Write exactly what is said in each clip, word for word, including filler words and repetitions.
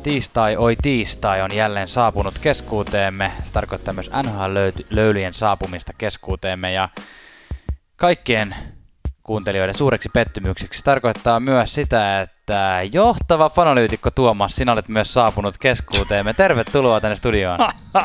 Tiistai, oi tiistai on jälleen saapunut keskuuteemme. Se tarkoittaa myös N H L-löylyjen saapumista keskuuteemme ja kaikkien kuuntelijoiden suureksi pettymykseksi tarkoittaa myös sitä, että johtava fanalyytikko Tuomas, sinä olet myös saapunut keskuuteemme. Tervetuloa tänne studioon.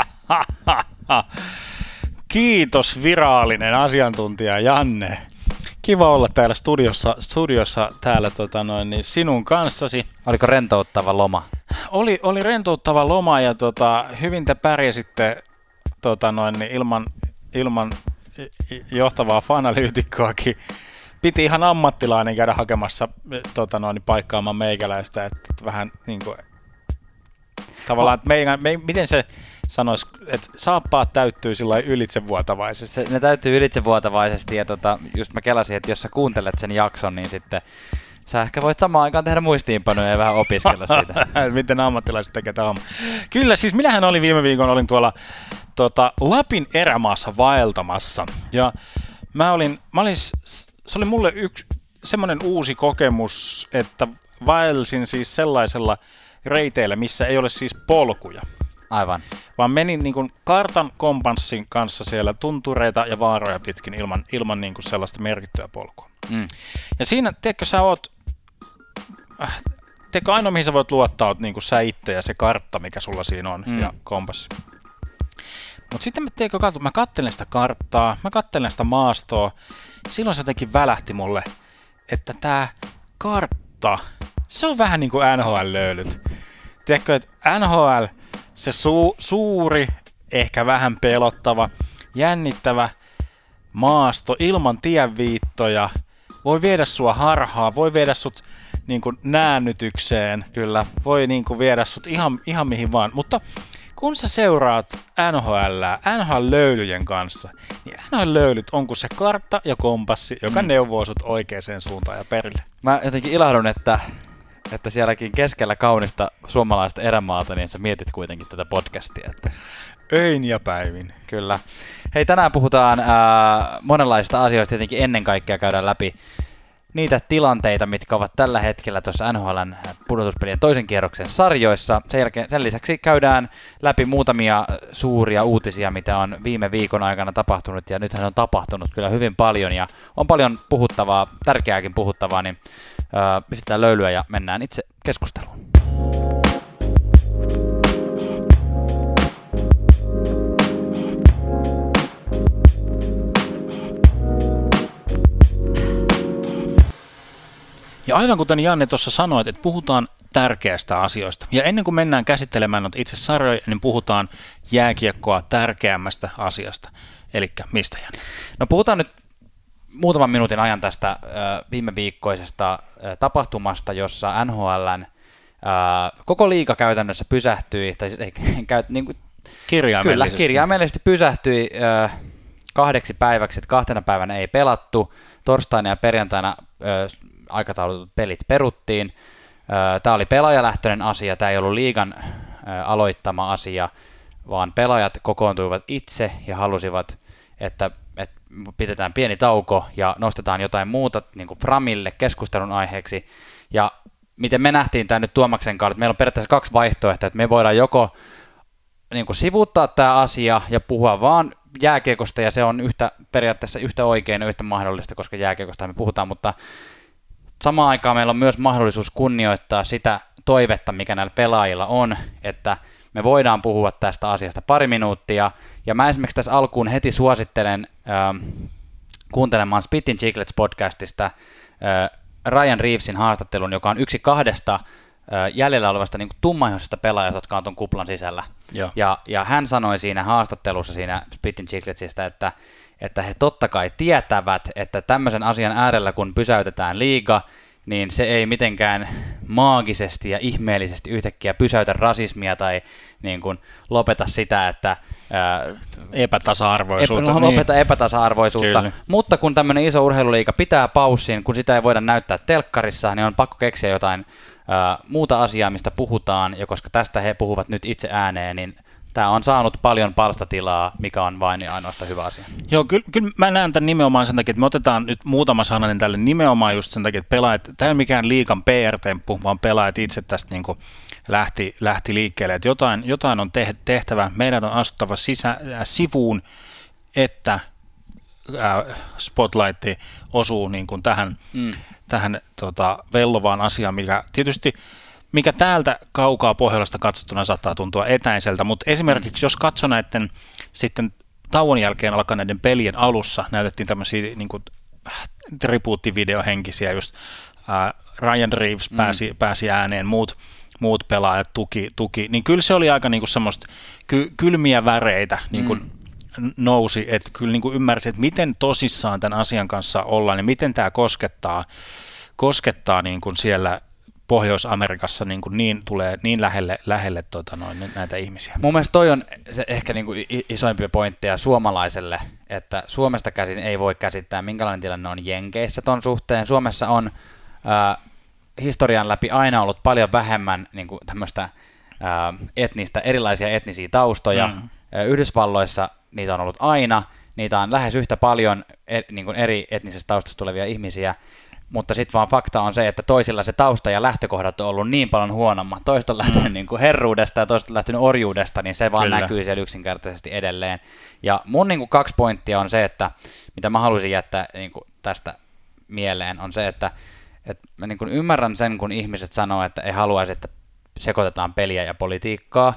Kiitos virallinen asiantuntija Janne. Kiva olla täällä studiossa, studiossa täällä tota noin, niin sinun kanssasi. Oliko rentouttava loma? Oli, oli rentouttava loma ja tota, hyvin te pärjäsitte tota noin, niin ilman, ilman johtavaa fanalyytikkoakin. Piti ihan ammattilainen käydä hakemassa tota noin, paikkaamaan meikäläistä, että vähän niin kuin, tavallaan, että meidän, me, miten se sanoisi, että saappaat täyttyy sillä ylitsevuotavaisesti. Se, ne täyttyy ylitsevuotavaisesti ja tota, just mä kelasin, että jos sä kuuntelet sen jakson, niin sitten sä ehkä voit samaan aikaan tehdä muistiinpanoja ja vähän opiskella sitä. Miten ammattilaiset tekee tämä homma. Kyllä, siis minähän olin viime viikon olin tuolla tota, Lapin erämaassa vaeltamassa ja mä olin, mä olin, se oli mulle yksi semmoinen uusi kokemus, että vaelsin siis sellaisella reiteillä, missä ei ole siis polkuja. Aivan. Vaan menin niin kuin kartan kompanssin kanssa siellä tuntureita ja vaaroja pitkin ilman, ilman niin kuin sellaista merkittyä polkua. Mm. Ja siinä, tiedätkö, sä oot, äh, tiedätkö, ainoa mihin sä voit luottaa, oot niin kuin sä itse ja se kartta, mikä sulla siinä on, mm. ja kompassi. Mutta sitten mä, tiedätkö, katso, mä kattelen sitä karttaa, mä kattelen sitä maastoa, silloin se jotenkin välähti mulle, että tää kartta, se on vähän niin kuin N H L-löylyt. Tiedätkö, että N H L, se su- suuri, ehkä vähän pelottava, jännittävä maasto ilman tienviittoja voi viedä sua harhaan, voi viedä sut niin kuin näännytykseen, kyllä, voi niin kuin viedä sut ihan, ihan mihin vaan, mutta kun sä seuraat N H L:ää, N H L-löylyjen kanssa, niin N H L-löylyt on kuin se kartta ja kompassi, joka mm. neuvoo sut oikeaan suuntaan ja perille. Mä jotenkin ilahdun, että että sielläkin keskellä kaunista suomalaista erämaata, niin sä mietit kuitenkin tätä podcastia. Että öin ja päivin. Kyllä. Hei, tänään puhutaan ää, monenlaisista asioista, tietenkin ennen kaikkea käydään läpi niitä tilanteita, mitkä ovat tällä hetkellä tuossa N H L:n pudotuspelien toisen kierroksen sarjoissa. Sen, jälkeen, sen lisäksi käydään läpi muutamia suuria uutisia, mitä on viime viikon aikana tapahtunut, ja nythän on tapahtunut kyllä hyvin paljon, ja on paljon puhuttavaa, tärkeääkin puhuttavaa, niin ää, pistetään löylyä ja mennään itse keskusteluun. Ja aivan kuten Janne tuossa sanoit, että puhutaan tärkeästä asioista. Ja ennen kuin mennään käsittelemään itse sarjoja, niin puhutaan jääkiekkoa tärkeämmästä asiasta. Elikkä mistä, Janne? No puhutaan nyt muutaman minuutin ajan tästä äh, viime viikkoisesta äh, tapahtumasta, jossa N H L:n äh, koko liiga käytännössä pysähtyi, tai ei, käy, niin kuin, kirjaimellisesti. Kyllä, kirjaimellisesti pysähtyi äh, kahdeksi päiväksi, että kahtena päivänä ei pelattu, torstaina ja perjantaina äh, aikataulutut pelit peruttiin. Tämä oli pelaajalähtöinen asia, tämä ei ollut liigan aloittama asia, vaan pelaajat kokoontuivat itse ja halusivat, että, että pidetään pieni tauko ja nostetaan jotain muuta niin kuin Framille keskustelun aiheeksi. Ja miten me nähtiin tämä nyt Tuomaksen kautta, että meillä on periaatteessa kaksi vaihtoehtoa, että me voidaan joko niin kuin sivuuttaa tämä asia ja puhua vaan jääkiekosta, ja se on yhtä, periaatteessa yhtä oikein ja yhtä mahdollista, koska jääkiekosta me puhutaan, mutta samaan aikaan meillä on myös mahdollisuus kunnioittaa sitä toivetta, mikä näillä pelaajilla on, että me voidaan puhua tästä asiasta pari minuuttia. Ja mä esimerkiksi tässä alkuun heti suosittelen äh, kuuntelemaan Spittin Chiclets podcastista äh, Ryan Reevesin haastattelun, joka on yksi kahdesta äh, jäljellä olevasta niin kuin tummaihoisesta pelaajasta, jotka on tuon kuplan sisällä. Ja, ja hän sanoi siinä haastattelussa siinä Spittin Chicletsistä, että että he totta kai tietävät, että tämmöisen asian äärellä, kun pysäytetään liiga, niin se ei mitenkään maagisesti ja ihmeellisesti yhtäkkiä pysäytä rasismia tai niin kuin lopeta sitä, että ää, epätasa-arvoisuutta. Epä, lopeta niin. epätasa-arvoisuutta. Kyllä. Mutta kun tämmöinen iso urheiluliiga pitää paussin, kun sitä ei voida näyttää telkkarissa, niin on pakko keksiä jotain ää, muuta asiaa, mistä puhutaan, ja koska tästä he puhuvat nyt itse ääneen, niin tämä on saanut paljon palstatilaa, mikä on vain ja ainoastaan hyvä asia. Joo, kyllä, kyllä mä näen tämän nimenomaan sen takia, että me otetaan nyt muutama sananen tälle nimenomaan just sen takia, että pelaajat, tämä ei ole mikään liigan P R-temppu, vaan pelaajat itse tästä niin kuin, lähti, lähti liikkeelle, että jotain, jotain on te- tehtävä, meidän on astuttava sisä, äh, sivuun, että äh, spotlightti osuu niin kuin tähän, mm. tähän tota, vellovaan asiaan, mikä tietysti mikä täältä kaukaa Pohjolasta katsottuna saattaa tuntua etäiseltä, mutta esimerkiksi mm. jos katsoo näiden sitten tauon jälkeen alkaneiden pelien alussa, näytettiin tämmöisiä niin kuin tribuuttivideohenkisiä, just ää, Ryan Reeves mm. pääsi, pääsi ääneen, muut, muut pelaajat tuki, tuki, niin kyllä se oli aika niin kuin semmoista ky, kylmiä väreitä niin kuin mm. nousi, että kyllä niin kuin ymmärsi, että miten tosissaan tämän asian kanssa ollaan ja miten tämä koskettaa, koskettaa niin kuin siellä Pohjois-Amerikassa niin, kuin niin tulee niin lähelle, lähelle tota noin, näitä ihmisiä. Mun mielestä toi on se ehkä niin kuin isoimpia pointteja suomalaiselle, että Suomesta käsin ei voi käsittää, minkälainen tilanne on Jenkeissä ton suhteen. Suomessa on äh, historian läpi aina ollut paljon vähemmän niin kuin tämmöistä äh, etnistä, erilaisia etnisiä taustoja. Mm. Yhdysvalloissa niitä on ollut aina, niitä on lähes yhtä paljon er, niin kuin eri etnisestä taustasta tulevia ihmisiä. Mutta sitten vaan fakta on se, että toisilla se tausta ja lähtökohdat on ollut niin paljon huonommat. Toista on lähtenyt mm. niin kuin herruudesta ja toista on lähtenyt orjuudesta, niin se vaan Kyllä. näkyy siellä yksinkertaisesti edelleen. Ja mun niin kuin kaksi pointtia on se, että mitä mä haluaisin jättää niin kuin tästä mieleen, on se, että, että mä niin kuin ymmärrän sen, kun ihmiset sanoo, että ei haluaisi, että sekoitetaan peliä ja politiikkaa.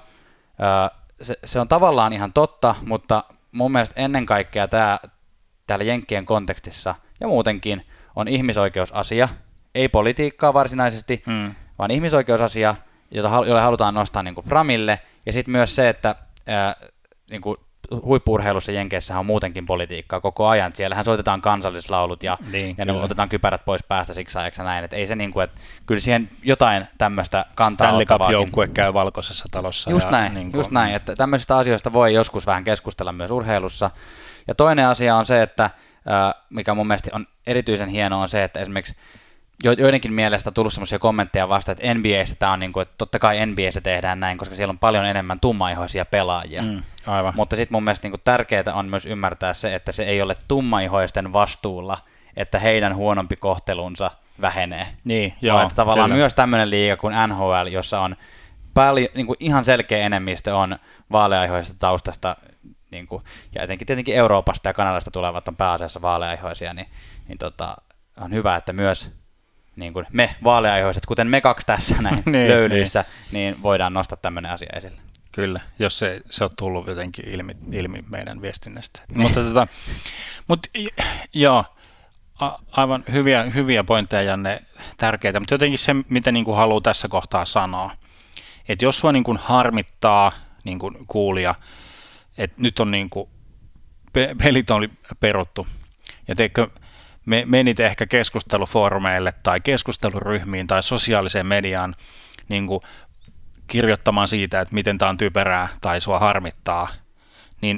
Se, se on tavallaan ihan totta, mutta mun mielestä ennen kaikkea tää, täällä Jenkkien kontekstissa ja muutenkin on ihmisoikeusasia, ei politiikkaa varsinaisesti, mm. vaan ihmisoikeusasia, jota, jolle halutaan nostaa niin kuin framille, ja sitten myös se, että ää, niin kuin huippu-urheilussa Jenkeissähän on muutenkin politiikkaa koko ajan, siellähän soitetaan kansallislaulut ja, niin, ja ne otetaan kypärät pois päästä siksi ajaksi ja näin, että ei se niin kuin, että kyllä siihen jotain tämmöistä kantaa Stanley Cup-joukkue käy Valkoisessa talossa. Just ja näin, niin kuin, just näin, että tämmöisistä asioista voi joskus vähän keskustella myös urheilussa, ja toinen asia on se, että mikä mun mielestä on erityisen hienoa on se, että esimerkiksi joidenkin mielestä on tullut semmoisia kommentteja vasta, että N B A:ssä tämä on niin kuin, että totta kai N B A:ssä tehdään näin, koska siellä on paljon enemmän tummaihoisia pelaajia. Mm, aivan. Mutta sitten mun mielestä niin kuin tärkeää on myös ymmärtää se, että se ei ole tummaihoisten vastuulla, että heidän huonompi kohtelunsa vähenee. Niin, joo, että tavallaan kyllä. myös tämmöinen liiga kuin N H L, jossa on paljon, niin kuin ihan selkeä enemmistö on vaaleaihoista taustasta, niin kuin, ja etenkin tietenkin Euroopasta ja Kanadasta tulevat on pääasiassa vaaleaihoisia, niin, niin tota, on hyvä, että myös niin kuin me vaaleaihoiset, kuten me kaksi tässä näin niin, löylyissä, niin. niin voidaan nostaa tämmöinen asia esille. Kyllä, jos se, se on tullut jotenkin ilmi, ilmi meidän viestinnästä. mutta tota, mut, joo, a, aivan hyviä, hyviä pointteja, Janne, tärkeitä, mutta jotenkin se, mitä niin kuin haluaa tässä kohtaa sanoa, että jos sua niin kuin harmittaa niin kuin kuulija, että nyt on niin kuin, pe- pelit on peruttu, ja teikö, me menit ehkä keskustelufoorumeille tai keskusteluryhmiin tai sosiaaliseen mediaan niin kuin kirjoittamaan siitä, että miten tämä on typerää tai sua harmittaa, niin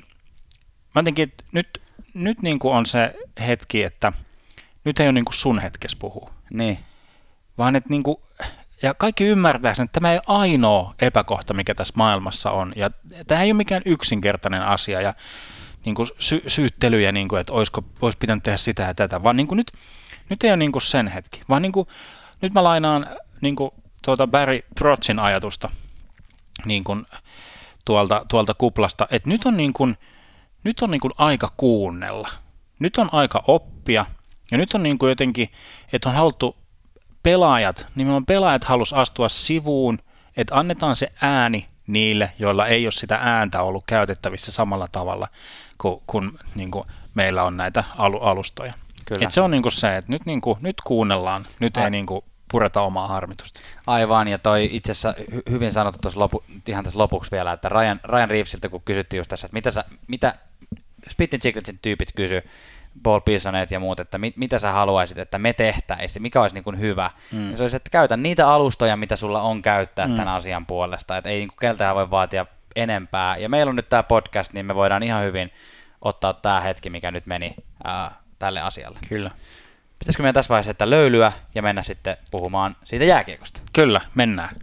mä jotenkin, että nyt, nyt niin kuin on se hetki, että nyt ei ole niin kuin sun hetkes puhua, niin. vaan että niin kuin, ja kaikki ymmärtää sen, että tämä ei ole ainoa epäkohta, mikä tässä maailmassa on, ja tämä ei ole mikään yksinkertainen asia, ja niin kuin sy- syyttelyjä, niin kuin, että olisiko, olisi pitänyt tehdä sitä ja tätä, vaan niin kuin nyt, nyt ei ole niin kuin sen hetki, vaan niin kuin, nyt mä lainaan niin kuin, tuota Barry Trotzin ajatusta niin kuin, tuolta, tuolta kuplasta, että nyt on, niin kuin, nyt on niin kuin aika kuunnella, nyt on aika oppia, ja nyt on niin kuin jotenkin, että on haluttu pelaajat, nimenomaan pelaajat halus astua sivuun, että annetaan se ääni niille, joilla ei ole sitä ääntä ollut käytettävissä samalla tavalla kuin, kuin, niin kuin meillä on näitä alustoja. Et se on niin kuin se, että nyt, niin kuin, nyt kuunnellaan, nyt ei niin kuin pureta omaa harmitusta. Aivan, ja toi itse asiassa hy- hyvin sanottu tuossa lopu, ihan tässä lopuksi vielä, että Ryan, Ryan Reevesiltä, kun kysyttiin just tässä, että mitä, sä, mitä Spittin Chicletsin tyypit kysy, Paul Pisonet ja muut, että mit, mitä sä haluaisit, että me tehtäisiin, mikä olisi niin kuin hyvä. Mm. Ja se olisi, että käytä niitä alustoja, mitä sulla on käyttää mm. tämän asian puolesta, että ei niin kuin keltään voi vaatia enempää. Ja meillä on nyt tämä podcast, niin me voidaan ihan hyvin ottaa tämä hetki, mikä nyt meni ää, tälle asialle. Kyllä. Pitäisikö meidän tässä vaiheessa että löylyä ja mennä sitten puhumaan siitä jääkiekosta? Kyllä, mennään.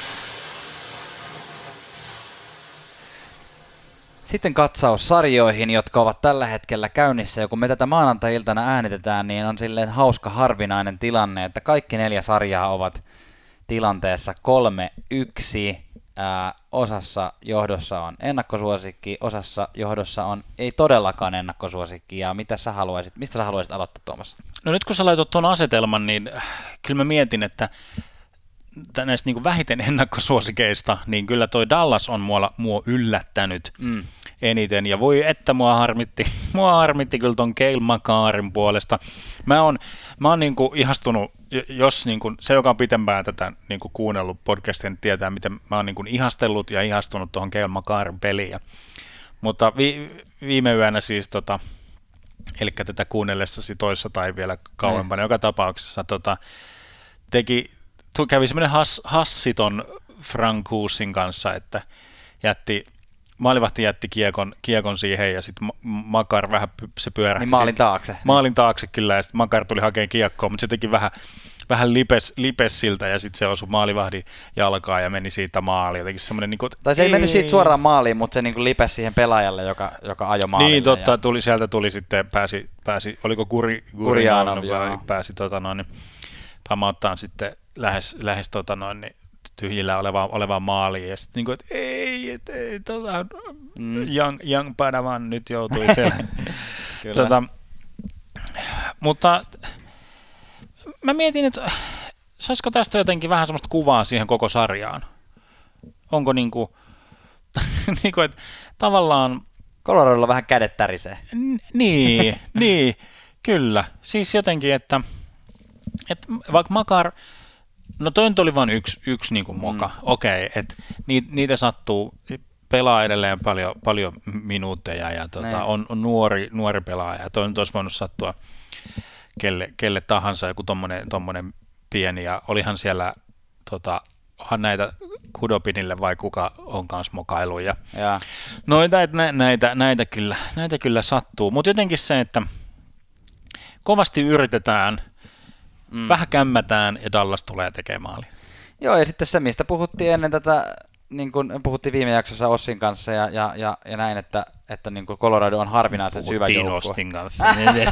Sitten katsaus sarjoihin, jotka ovat tällä hetkellä käynnissä, ja kun me tätä maanantai-iltana äänitetään, niin on silleen hauska harvinainen tilanne, että kaikki neljä sarjaa ovat tilanteessa kolme yksi. Ää, osassa johdossa on ennakkosuosikki, osassa johdossa on ei todellakaan ennakkosuosikki. Ja mitä sä haluaisit, mistä sä haluaisit aloittaa, Tuomas? No nyt kun sä laitot tuon asetelman, niin kyllä mä mietin, että näistä niin kuin vähiten ennakkosuosikeista, niin kyllä toi Dallas on mua, mua yllättänyt mm. eniten. Ja voi että mua harmitti, mua harmitti kyllä ton Cale Makarin puolesta. Mä oon, mä oon niin kuin ihastunut, jos niin kuin, se joka on pitempään tätä niin kuin kuunnellut podcastia, niin tietää, miten mä oon niin kuin ihastellut ja ihastunut tuohon Cale Makarin peliin. Mutta vi, viime yönä siis, tota, eli tätä kuunnellessasi toissa tai vielä kauempana, mm. joka tapauksessa tota, teki, kävi semmoinen has, hassiton Frankuusin kanssa, että jätti, maalivahti jätti kiekon, kiekon siihen ja sitten Makar vähän se pyörähti. Niin maalin taakse. Maalin taakse kyllä ja sitten Makar tuli hakemaan kiekkoa, mutta se teki vähän, vähän lipes, lipes siltä ja sitten se osui maalivahdin jalkaan ja meni siitä maaliin. Jotenkin semmoinen niin kuin, tai se ei, ei mennyt siitä suoraan maaliin, mutta se niin kuin lipesi siihen pelaajalle, joka, joka ajoi maalille. Niin totta, ja tuli, sieltä tuli sitten, pääsi, pääsi oliko Kuri, Gurianov, pääsi tota noin, niin, pamauttaan sitten lähes, lähes tota noin, niin, tyhjillä olevaan, olevaan maaliin, ja sitten niin kuin, että ei, et, ei tota, mm. young, young Padawan nyt joutui siellä. tota, mutta mä mietin, että saisiko tästä jotenkin vähän semmoista kuvaa siihen koko sarjaan? Onko niin kuin, niin kuin että tavallaan Coloradolla vähän kädet tärisee. N- niin, niin, kyllä. Siis jotenkin, että, että vaikka Makar, no toi nyt oli vain yksi, yksi niin kuin moka, mm. okei, okay, että niitä, niitä sattuu, pelaa edelleen paljon, paljon minuutteja ja tota, on, on nuori, nuori pelaaja, toi nyt olisi voinut sattua kelle, kelle tahansa joku tommonen, tommonen pieni, ja olihan siellä tota, onhan näitä Kudopinille vai kuka on kanssa mokailu ja, ja. Noita, nä, näitä, näitä, kyllä, näitä kyllä sattuu, mutta jotenkin se, että kovasti yritetään, mm. vähän kämmätään ja Dallas tulee tekemään maali. Joo, ja sitten se, mistä puhuttiin ennen tätä, niin kuin puhuttiin viime jaksossa Ossin kanssa ja, ja, ja, ja näin, että, että niin kuin Colorado on harvinaisen syvä joukkue. Puhuttiin Ossin kanssa.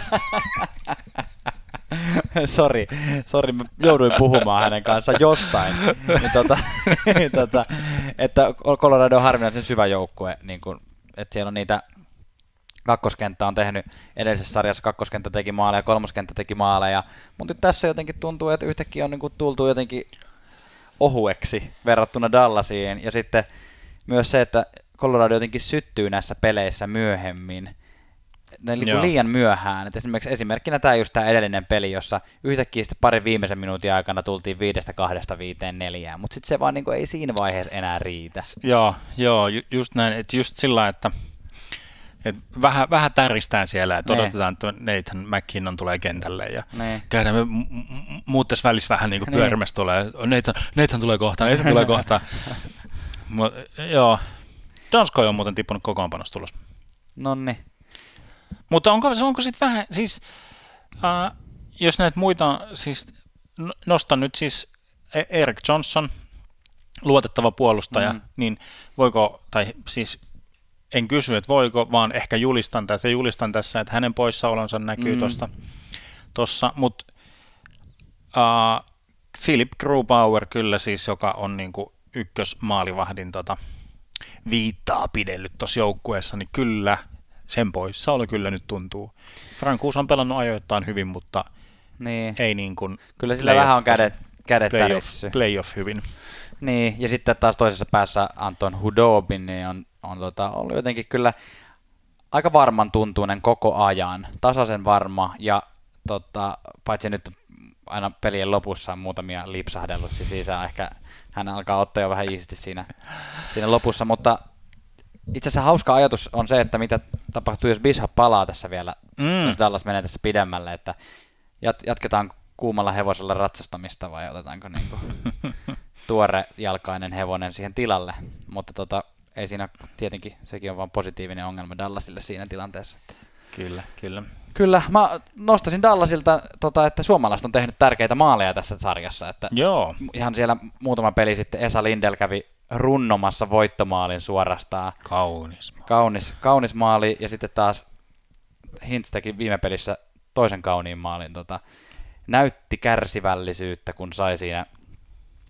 Sori, sori, mä jouduin puhumaan hänen kanssaan jostain, niin, tota, niin, tota, että Colorado on harvinaisen syvä joukkue, niin kun, että siellä on niitä, kakkoskenttä on tehnyt edellisessä sarjassa, kakkoskenttä teki maaleja, kolmoskenttä teki maaleja, mutta nyt tässä jotenkin tuntuu, että yhtäkkiä on niin kuin tultu jotenkin ohueksi verrattuna Dallasiin, ja sitten myös se, että Colorado jotenkin syttyy näissä peleissä myöhemmin, ne niin liian myöhään. Et esimerkiksi esimerkkinä tämä just tämä edellinen peli, jossa yhtäkkiä sitten parin viimeisen minuutin aikana tultiin viidestä kahdesta viiteen neljään, mutta sitten se vaan niin ei siinä vaiheessa enää riitä. Joo, joo ju- just näin, että just sillä, että et vähän, vähän täristään siellä, että odotetaan, että Nathan McKinnon tulee kentälle ja ne. käydään me m- m- muut tässä välissä vähän niin kuin pyörimässä tulee. Nathan, Nathan tulee kohtaan, Nathan tulee kohtaan. Mut, joo, Donskoi on muuten tippunut kokoonpanosta tulos. Nonni. Mutta onko, onko sitten vähän, siis äh, jos näitä muita, siis nostan nyt siis Erik Johnson, luotettava puolustaja, mm. niin voiko, tai siis en kysy, että voiko, vaan ehkä julistan tässä, julistan tässä, että hänen poissaolonsa näkyy mm. tuossa, tossa, mutta äh, Philip Grubauer kyllä siis, joka on niinku ykkösmaalivahdin tota, viittaa pidellyt tuossa joukkueessa, niin kyllä sen poissaolo kyllä nyt tuntuu. Frankuus on pelannut ajoittain hyvin, mutta niin. ei niin kuin kyllä sillä vähän on kädet, kädet playoff, tärissä. Playoff hyvin. Niin, ja sitten taas toisessa päässä Anton Hudobin niin on, on tota, ollut jotenkin kyllä aika varman tuntuinen koko ajan, tasaisen varma, ja tota, paitsi nyt aina pelien lopussa on muutamia lipsahdellut sisään, ehkä hän alkaa ottaa jo vähän iisisti siinä, siinä lopussa, mutta itse asiassa hauska ajatus on se, että mitä tapahtuu, jos Bishop palaa tässä vielä, mm. jos Dallas menee tässä pidemmälle, että jat- jatketaan kuumalla hevosella ratsastamista vai otetaanko niinku tuore jalkainen hevonen siihen tilalle, mutta tota, ei siinä tietenkin, sekin on vaan positiivinen ongelma Dallasille siinä tilanteessa. Kyllä, kyllä. Kyllä, mä nostasin Dallasilta, tota, että suomalaiset on tehnyt tärkeitä maaleja tässä sarjassa, että joo. Ihan siellä muutama peli sitten Esa Lindell kävi runnomassa voittomaalin suorastaan. Kaunis maali. Kaunis, kaunis maali, ja sitten taas Hintz teki viime pelissä toisen kauniin maalin. Tota, näytti kärsivällisyyttä, kun sai siinä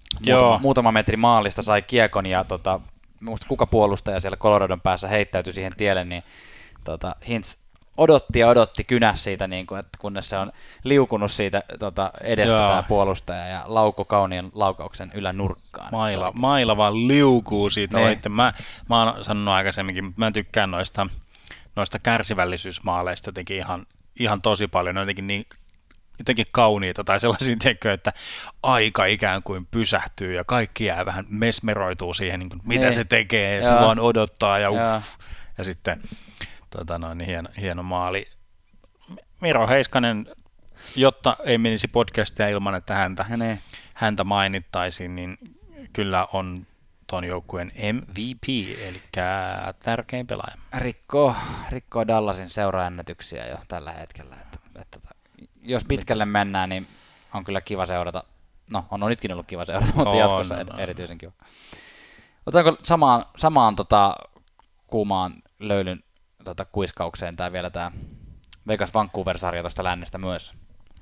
muutama, muutama metri maalista sai kiekon ja tota, muista kuka puolustaja siellä Coloradon päässä heittäytyi siihen tielle, niin tota, Hintz odotti ja odotti kynäs siitä, niin kuin, että kunnes se on liukunut siitä tota, edestä tämä puolustaja ja lauko kauniin laukauksen ylänurkkaan. Maila, maila vaan liukuu siitä. Mä, mä oon sanonut aikaisemminkin, mutta mä tykkään noista, noista kärsivällisyysmaaleista jotenkin ihan, ihan tosi paljon. Ne on jotenkin niin jotenkin kauniita tai sellaisia, tiedätkö, että aika ikään kuin pysähtyy ja kaikki jää vähän mesmeroituu siihen, niin kuin, mitä ne. se tekee ja se vaan odottaa ja, uff, ja sitten tota noin, hieno, hieno maali. Miro Heiskanen, jotta ei menisi podcastia ilman, että häntä, häntä mainittaisiin, niin kyllä on tuon joukkueen M V P, eli tärkein pelaaja. Rikkoo, rikkoo Dallasin seuraennätyksiä jo tällä hetkellä. Että, että, jos pitkälle Mitäs? mennään, niin on kyllä kiva seurata. No, on nytkin ollut kiva seurata, mutta on, jatkossa no, no. erityisen kiva. Otanko samaan, samaan tota, kuumaan löylyn tota, kuiskaukseen tai vielä tämä Vegas Vancouver-sarja tuosta lännestä myös?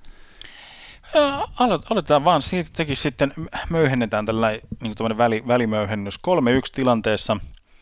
Aloitetaan vaan, siitä teki sitten möyhennetään tällainen niin kuin väli, välimöyhennys kolme yksi tilanteessa.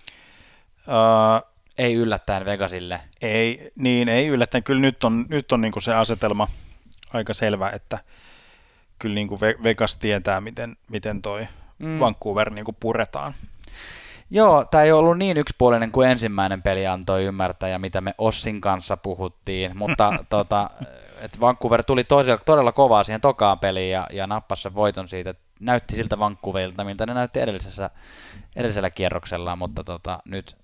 Uh, ei yllättäen Vegasille. Ei, niin ei yllättäen. Kyllä nyt on, nyt on niin kuin se asetelma aika selvä, että kyllä niin kuin Vegas tietää, miten, miten toi mm. Vancouver niin kuin puretaan. Joo, tämä ei ollut niin yksipuolinen kuin ensimmäinen peli antoi ymmärtää ja mitä me Ossin kanssa puhuttiin, mutta tota, et Vancouver tuli todella, todella kovaa siihen tokaan peliin ja, ja nappasi sen voiton siitä. Näytti siltä Vancouverilta, miltä ne näytti edellisessä, edellisellä kierroksella, mutta tota, nyt,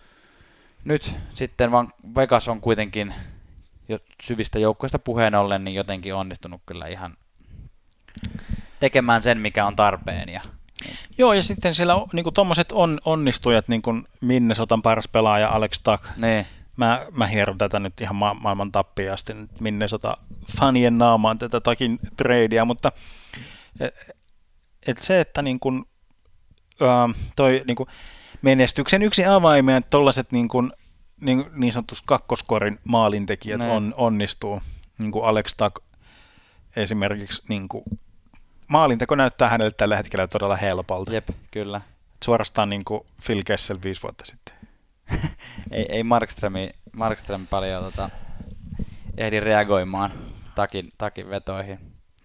nyt sitten Vegas on kuitenkin jo syvistä joukkoista puheen ollen niin jotenkin onnistunut kyllä ihan tekemään sen, mikä on tarpeen. Ja joo, ja sitten siellä niin tuommoiset on, onnistujat, niin kuin Minnesotan paras pelaaja Alex Tuch. Ne. Mä, mä hieron tätä nyt ihan ma- maailman tappiin asti Minnesota fanien naamaan tätä Tuchin tradea, mutta et, et se, että niin kuin, äh, toi niin kuin menestyksen yksi avaimia, että tollaiset niin kuin, niin, niin sanotus kakkoskorin maalintekijät on, onnistuu, niin kuin Alex Tuch esimerkiksi niin kuin maalinteko näyttää hänelle tällä hetkellä todella helpolta. Jep, kyllä. Suorastaan niin kuin Phil Kessel viisi vuotta sitten. ei ei Markströmi, Markström paljon tota, ehdi reagoimaan takin, takin vetoihin.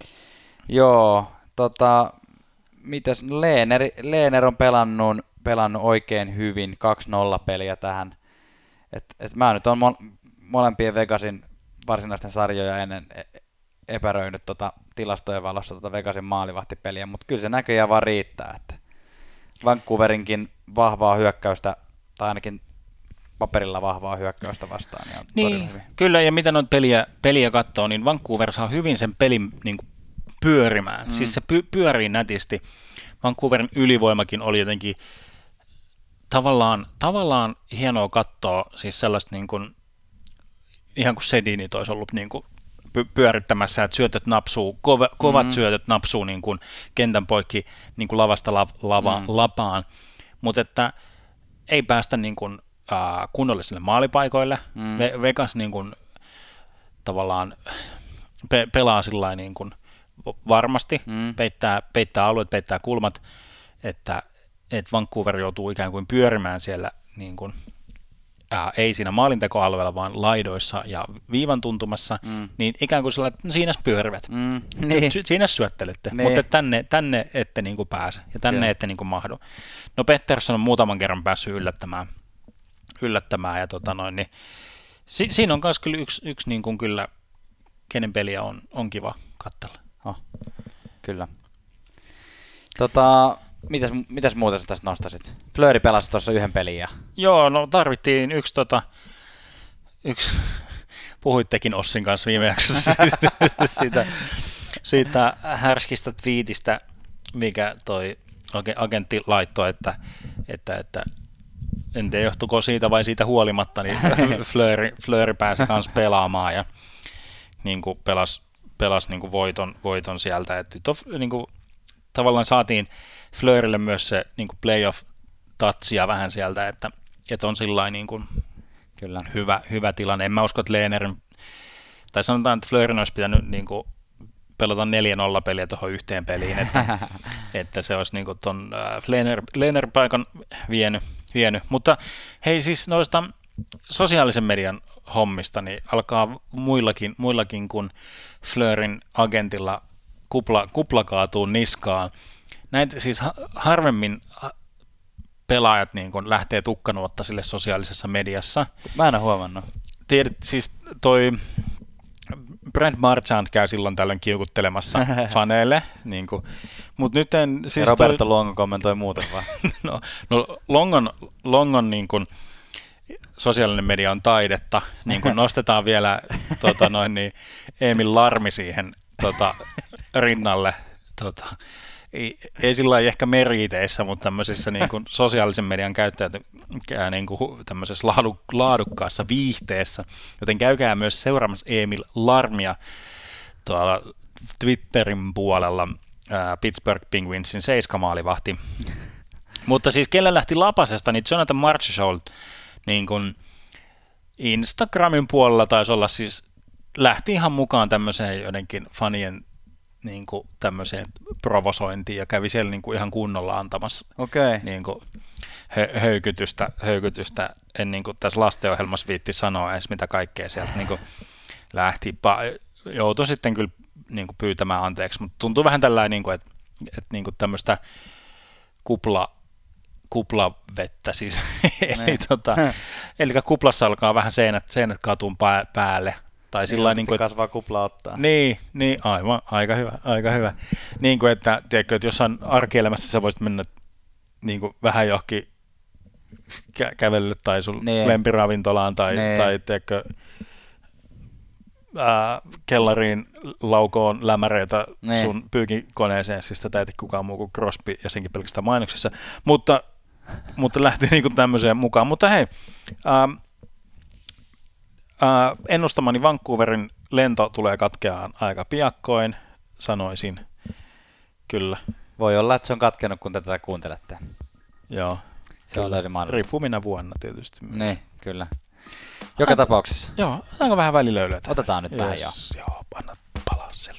Joo, tota, mitäs Lehner, Lehner on pelannut, pelannut oikein hyvin, kaksi nolla peliä tähän. Et, et mä nyt on mo- molempien Vegasin varsinaisten sarjoja ennen epäröinyt tota tilastojen valossa tota Vegasin maalivahtipeliä, mutta kyllä se näköjään vaan riittää, että Vancouverinkin vahvaa hyökkäystä, tai ainakin paperilla vahvaa hyökkäystä vastaan, niin on niin, hyvin. Kyllä, ja mitä noita peliä, peliä katsoo, niin Vancouver saa hyvin sen pelin niin kuin pyörimään, mm. siis se py- pyörii nätisti. Vancouverin ylivoimakin oli jotenkin tavallaan, tavallaan hienoa katsoa, siis sellaista niin kuin, ihan kuin Sedinit olisi ollut niin kuin pyörittämässä, että syötöt napsuu, kova, kovat mm-hmm. syötöt napsuu niin kuin kentän poikki niin kuin lavasta la, lava, mm. lapaan, mutta että ei päästä niin kuin, äh, kunnollisille maalipaikoille. Mm. Ve, Vegas niin kuin, tavallaan pe, pelaa sillain niin kuin varmasti, mm. peittää, peittää alueet, peittää kulmat, että, että Vancouver joutuu ikään kuin pyörimään siellä niin kuin, Äh, ei siinä maalintekoalueella, vaan laidoissa ja viivan tuntumassa, mm. niin ikään kuin sillä, no siinä pyörivät. Mm. Niin. Sy- siinä syöttelette, niin. Mutta tänne, tänne ette niin kuin pääse ja tänne kyllä. ette niin kuin mahdu. No Pettersson on muutaman kerran päässyt yllättämään, yllättämään ja tota noin, niin si- siinä on myös kyllä yksi, yksi niin kuin kyllä, kenen peliä on, on kiva katsella. Oh, kyllä. Tota... Mitäs, mitäs muuta sä tästä nostasit? Fleury pelasi tuossa yhden pelin. Ja... Joo, no tarvittiin yksi, tota, yksi puhuittekin Ossin kanssa viime jaksossa siitä, siitä härskistä twiitistä, mikä toi agentti laittoi, että, että, että en tiedä johtuiko siitä vai siitä huolimatta, niin Fleury, Fleury pääsi kanssa pelaamaan ja niin kuin pelasi, pelasi niin kuin voiton, voiton sieltä. Että niin kuin, tavallaan saatiin Fleurylle myös se niin kuin playoff-tatsia vähän sieltä, että, että on sillain niin kuin kyllä. Hyvä, hyvä tilanne. En mä usko, että Lehnerin, tai sanotaan, että Fleurin olisi pitänyt niin kuin pelata neljä nolla peliä tuohon yhteen peliin, että, että se olisi niin kuin ton äh, Flaner-paikan vienyt, vienyt. Mutta hei siis noista sosiaalisen median hommista, niin alkaa muillakin, muillakin kuin Fleurin agentilla kupla, kupla kaatuu niskaan. Näitä siis harvemmin pelaajat niin kuin lähtee tukkanuotta sille sosiaalisessa mediassa. Mä en ole huomannut. Tiedät, siis toi Brent Marchand käy silloin tällöin kiukuttelemassa faneille, niin kuin, mutta nyt en... Siis ja Roberto toi, Longo kommentoi muuten vaan. no, no Longon, Longon niin kuin, sosiaalinen media on taidetta, niin kuin nostetaan vielä tota, noin, niin, Emil Larmi siihen tota, rinnalle, tota, ei, ei sillä lailla ehkä meriiteissä, mutta tämmöisissä niin kuin, sosiaalisen median käyttäjät niin kuin, tämmöisessä laadu, laadukkaassa viihteessä, joten käykää myös seuraamassa Emil Larmia tuolla Twitterin puolella, ää, Pittsburgh Penguinsin seiskamaalivahti. Mutta siis kelle lähti lapasesta, niin Jonathan Marchessault niin kuin Instagramin puolella taisi olla siis, lähti ihan mukaan tämmöiseen jotenkin fanien niin kuin tämmöiseen provosointiin ja kävi siellä niin kuin ihan kunnolla antamassa okay. niin kuin hö- höykytystä, höykytystä. En niin kuin tässä lastenohjelmassa viitti sanoa edes mitä kaikkea sieltä niin kuin lähti. Pa- joutui sitten kyllä niin kuin pyytämään anteeksi, mutta tuntuu vähän tällainen, niin kuin, että, että niin kuin tämmöistä kupla kuplavettä siis, eli, tota, eli kuplassa alkaa vähän seinät, seinät katuun pää, päälle. Tai sillä niin kuin kasvaa kupla ottaa. Niin, niin aivan, aika hyvä, aika hyvä. Niin kuin, että, tiedätkö, että jossain arkielämässä sä voisit mennä niin kuin vähän johonkin kä- kävelylle tai sun niin. lempiravintolaan tai, niin. tai tiedätkö, ää, kellariin laukoon lämäreitä niin. sun pyykikoneeseen, siis tätä ei kukaan muu kuin Crosby ja senkin pelkästään mainoksissa, mutta mutta lähti niinku tämmöiseen mukaan. Mutta hei, ää, ää, ennustamani Vancouverin lento tulee katkeaan aika piakkoin, sanoisin. Kyllä. Voi olla, että se on katkenut, kun tätä kuuntelette. Joo. Se on täysin mahdollista. Riippuu minä vuonna tietysti. Niin, kyllä. Joka An- tapauksessa. Joo, otetaanko vähän välilöylöitä? Otetaan nyt yes, vähän, joo. Joo, anna palaa sieltä.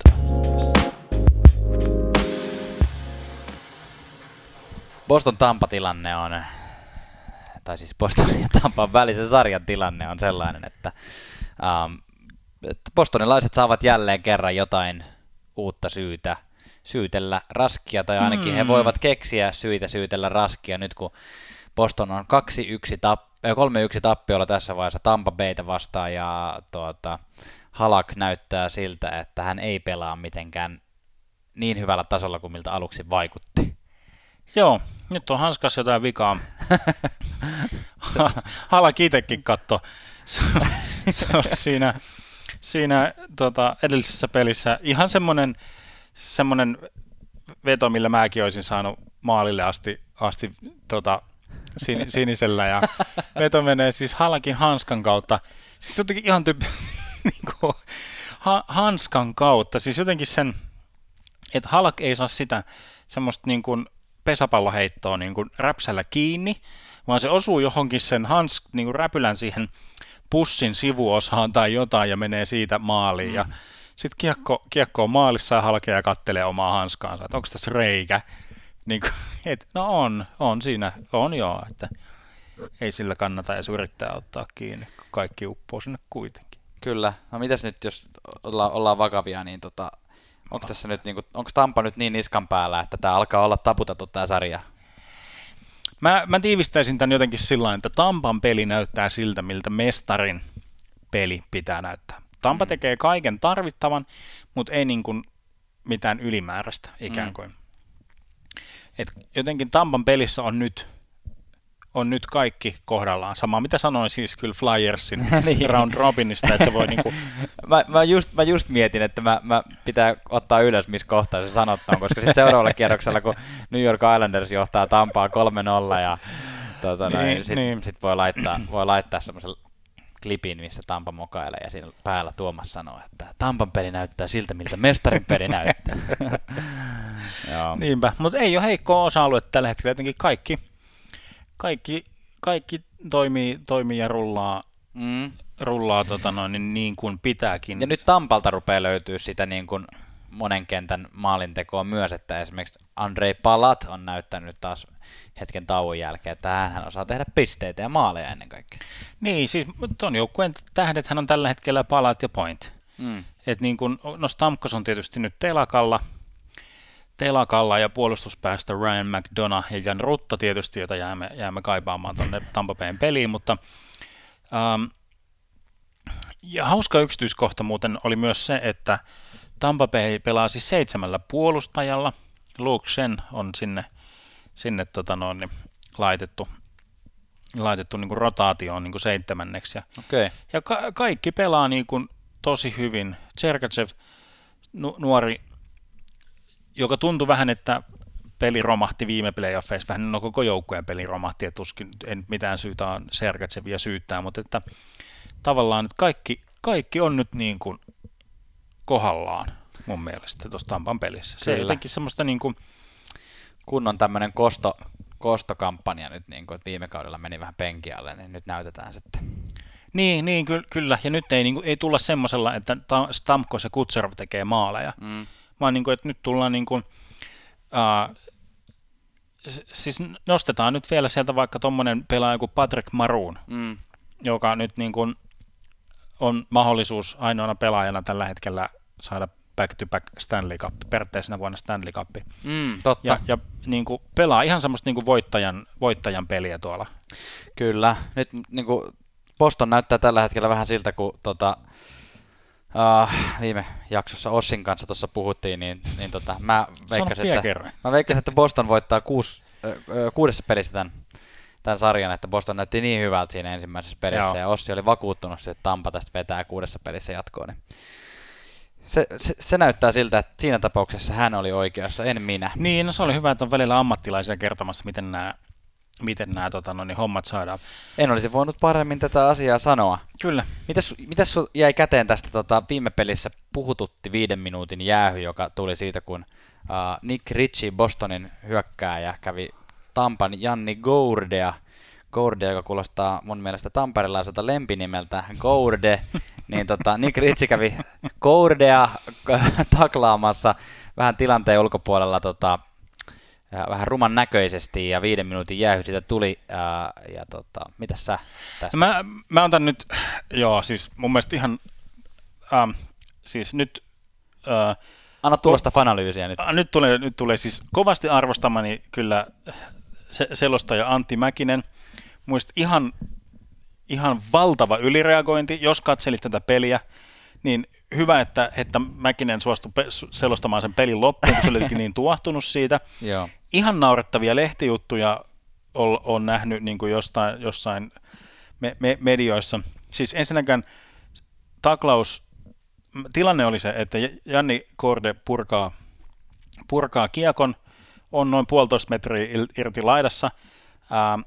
Boston-Tampa-tilanne on, tai siis Bostonin ja Tampan välisen sarjan tilanne on sellainen, että, um, että bostonilaiset saavat jälleen kerran jotain uutta syytä syytellä Raskia, tai ainakin mm. he voivat keksiä syitä syytellä Raskia nyt, kun Boston on kaksi yksi tapp- kolme yksi tappiolla tässä vaiheessa Tampa Baytä vastaan, ja tuota, Halak näyttää siltä, että hän ei pelaa mitenkään niin hyvällä tasolla kuin miltä aluksi vaikutti. Joo, nyt on hanskas jotain vikaa. Halak itsekin katto. Se, se oli siinä, siinä tota, edellisessä pelissä ihan semmoinen, semmoinen veto, millä mäkin olisin saanut maalille asti, asti tota, sin, sinisellä. Ja veto menee siis Halakin hanskan kautta. Siis jotenkin ihan tyyppi, niin kuin, ha, hanskan kautta. Siis jotenkin sen, että Halak ei saa sitä semmoista niin kuin pesäpalloheittoa niin kuin räpsällä kiinni, vaan se osuu johonkin sen hans, niin kuin räpylän siihen pussin sivuosaan tai jotain ja menee siitä maaliin. Mm. Ja sitten kiekko, kiekko on maalissa ja Halkea kattelee omaa hanskaansa, että onko tässä reikä. Niin kuin, et, no on, on siinä, on joo, että ei sillä kannata edes yrittää ottaa kiinni, kun kaikki uppoo sinne kuitenkin. Kyllä. No mitäs nyt, jos olla, ollaan vakavia, niin tota, onko tässä nyt, niin kuin, onko Tampa nyt niin niskan päällä, että tämä alkaa olla taputettu tämä sarja? Mä, mä tiivistäisin tämän jotenkin sillä että Tampan peli näyttää siltä, miltä mestarin peli pitää näyttää. Tampa mm. tekee kaiken tarvittavan, mutta ei niin kuin mitään ylimääräistä ikään kuin. Mm. Et jotenkin Tampan pelissä on nyt, on nyt kaikki kohdallaan. Sama mitä sanoin siis kyllä Flyersin niin. round robinista, että se voi niinku... mä, mä, just, mä just mietin, että mä, mä pitää ottaa ylös, missä kohtaa se sanotaan, koska sitten seuraavalla kierroksella, kun New York Islanders johtaa Tampaa kolme nolla ja tuota, niin, sitten niin. sit voi laittaa, voi laittaa semmoisen klipin, missä Tampa mokailee ja siinä päällä Tuomas sanoo, että Tampan peli näyttää siltä, miltä mestarin peli näyttää. Niinpä, mutta ei ole heikkoa osa-alue tällä hetkellä, jotenkin kaikki, kaikki, kaikki toimii, toimii ja rullaa, mm. rullaa tota noin, niin, niin kuin pitääkin. Ja nyt Tampalta rupeaa löytyä sitä niin kuin monen kentän maalintekoa myös, että esimerkiksi Andrei Palat on näyttänyt taas hetken tauon jälkeen, että hän osaa tehdä pisteitä ja maaleja ennen kaikkea. Niin, siis tuon joukkueen tähdethän on tällä hetkellä Palat ja Point. Mm. Et niin kun, no Stamkos on tietysti nyt telakalla, telakalla ja puolustuspäästä Ryan McDonough ja Jan Rutta tietysti, jota jäämme, jäämme kaipaamaan tuonne Tampa Bayn peliin, mutta ähm, ja hauska yksityiskohta muuten oli myös se, että Tampa Bay pelaa siis seitsemällä puolustajalla. Luke Shen on sinne, sinne tota noin, niin laitettu, laitettu niin kuin rotaatioon niin kuin seitsemänneksi. Ja, okay. ja ka- kaikki pelaa niin kuin tosi hyvin. Cherkachev, nu- nuori, joka tuntui vähän, että peli romahti viime playoffeissa, vähän no koko joukkueen peli romahti, että tuskin en mitään syytä on Sergachevia syyttää, mutta että tavallaan että kaikki, kaikki on nyt niin kuin kohdallaan mun mielestä tuossa Tampan pelissä. Se Kyllä. jotenkin semmoista niin kuin kunnon tämmöinen kosto, kostokampanja nyt, niin kuin, että viime kaudella meni vähän penkialle, niin nyt näytetään sitten. Niin, niin ky- kyllä, ja nyt ei, niin kuin, ei tulla semmoisella, että Stamkos ja Kutserov tekee maaleja, mm. vaan niin kuin, että nyt tullaan niin kuin, uh, siis nostetaan nyt vielä sieltä vaikka tommonen pelaaja kuin Patrick Maroon, mm. joka nyt niin kuin on mahdollisuus ainoana pelaajana tällä hetkellä saada back-to-back Stanley Cup, periaatteessa vuonna Stanley Cup. Mm, totta. Ja, ja niin kuin pelaa ihan semmoista niin kuin voittajan, voittajan peliä tuolla. Kyllä. Nyt niin kuin Boston näyttää tällä hetkellä vähän siltä, kun tota, uh, viime jaksossa Ossin kanssa tuossa puhuttiin, niin, niin tota, mä, veikkasin, että, mä veikkasin, että Boston voittaa kuus, äh, kuudessa pelissä tämän, tämän sarjan, että Boston näytti niin hyvältä siinä ensimmäisessä pelissä, Joo. ja Ossi oli vakuuttunut, että Tampa tästä vetää kuudessa pelissä jatkoon. Niin Se, se, se näyttää siltä, että siinä tapauksessa hän oli oikeassa, en minä. Niin, no se oli hyvä, että on välillä ammattilaisia kertomassa, miten nämä, miten nämä tota, no niin, hommat saadaan. En olisi voinut paremmin tätä asiaa sanoa. Kyllä. Mitäs, mitäs sun jäi käteen tästä tota, viime pelissä puhututti viiden minuutin jäähy, joka tuli siitä, kun uh, Nick Ritchie, Bostonin hyökkääjä, kävi Tampan Janni Gourdea, Gourde, joka kuulostaa mun mielestä tamperelaiselta lempinimeltä Gourde, niin tota, Nick Ritchie kävi Gourdea taklaamassa vähän tilanteen ulkopuolella tota, vähän ruman näköisesti, ja viiden minuutin jäähy siitä tuli, ää, ja tota, mitäs sä tästä? Mä, mä otan nyt, joo, siis mun mielestä ihan, ähm, siis nyt... Äh, Anna tulosta ko- fanalyysiä nyt. Äh, nyt, tulee, nyt tulee siis kovasti arvostamani kyllä se, selostaja Antti Mäkinen. Muista ihan, ihan valtava ylireagointi, jos katselit tätä peliä, niin hyvä, että, että Mäkinen suostui pe- selostamaan sen pelin loppuun, kun se olikin niin tuohtunut siitä. Joo. Ihan naurettavia lehtijuttuja on, on nähnyt niin kuin jostain, jossain me, me, medioissa. Siis ensinnäkään taklaus, tilanne oli se, että Janni Gourde purkaa, purkaa kiekon, on noin puolitoista metriä irti laidassa. Ää,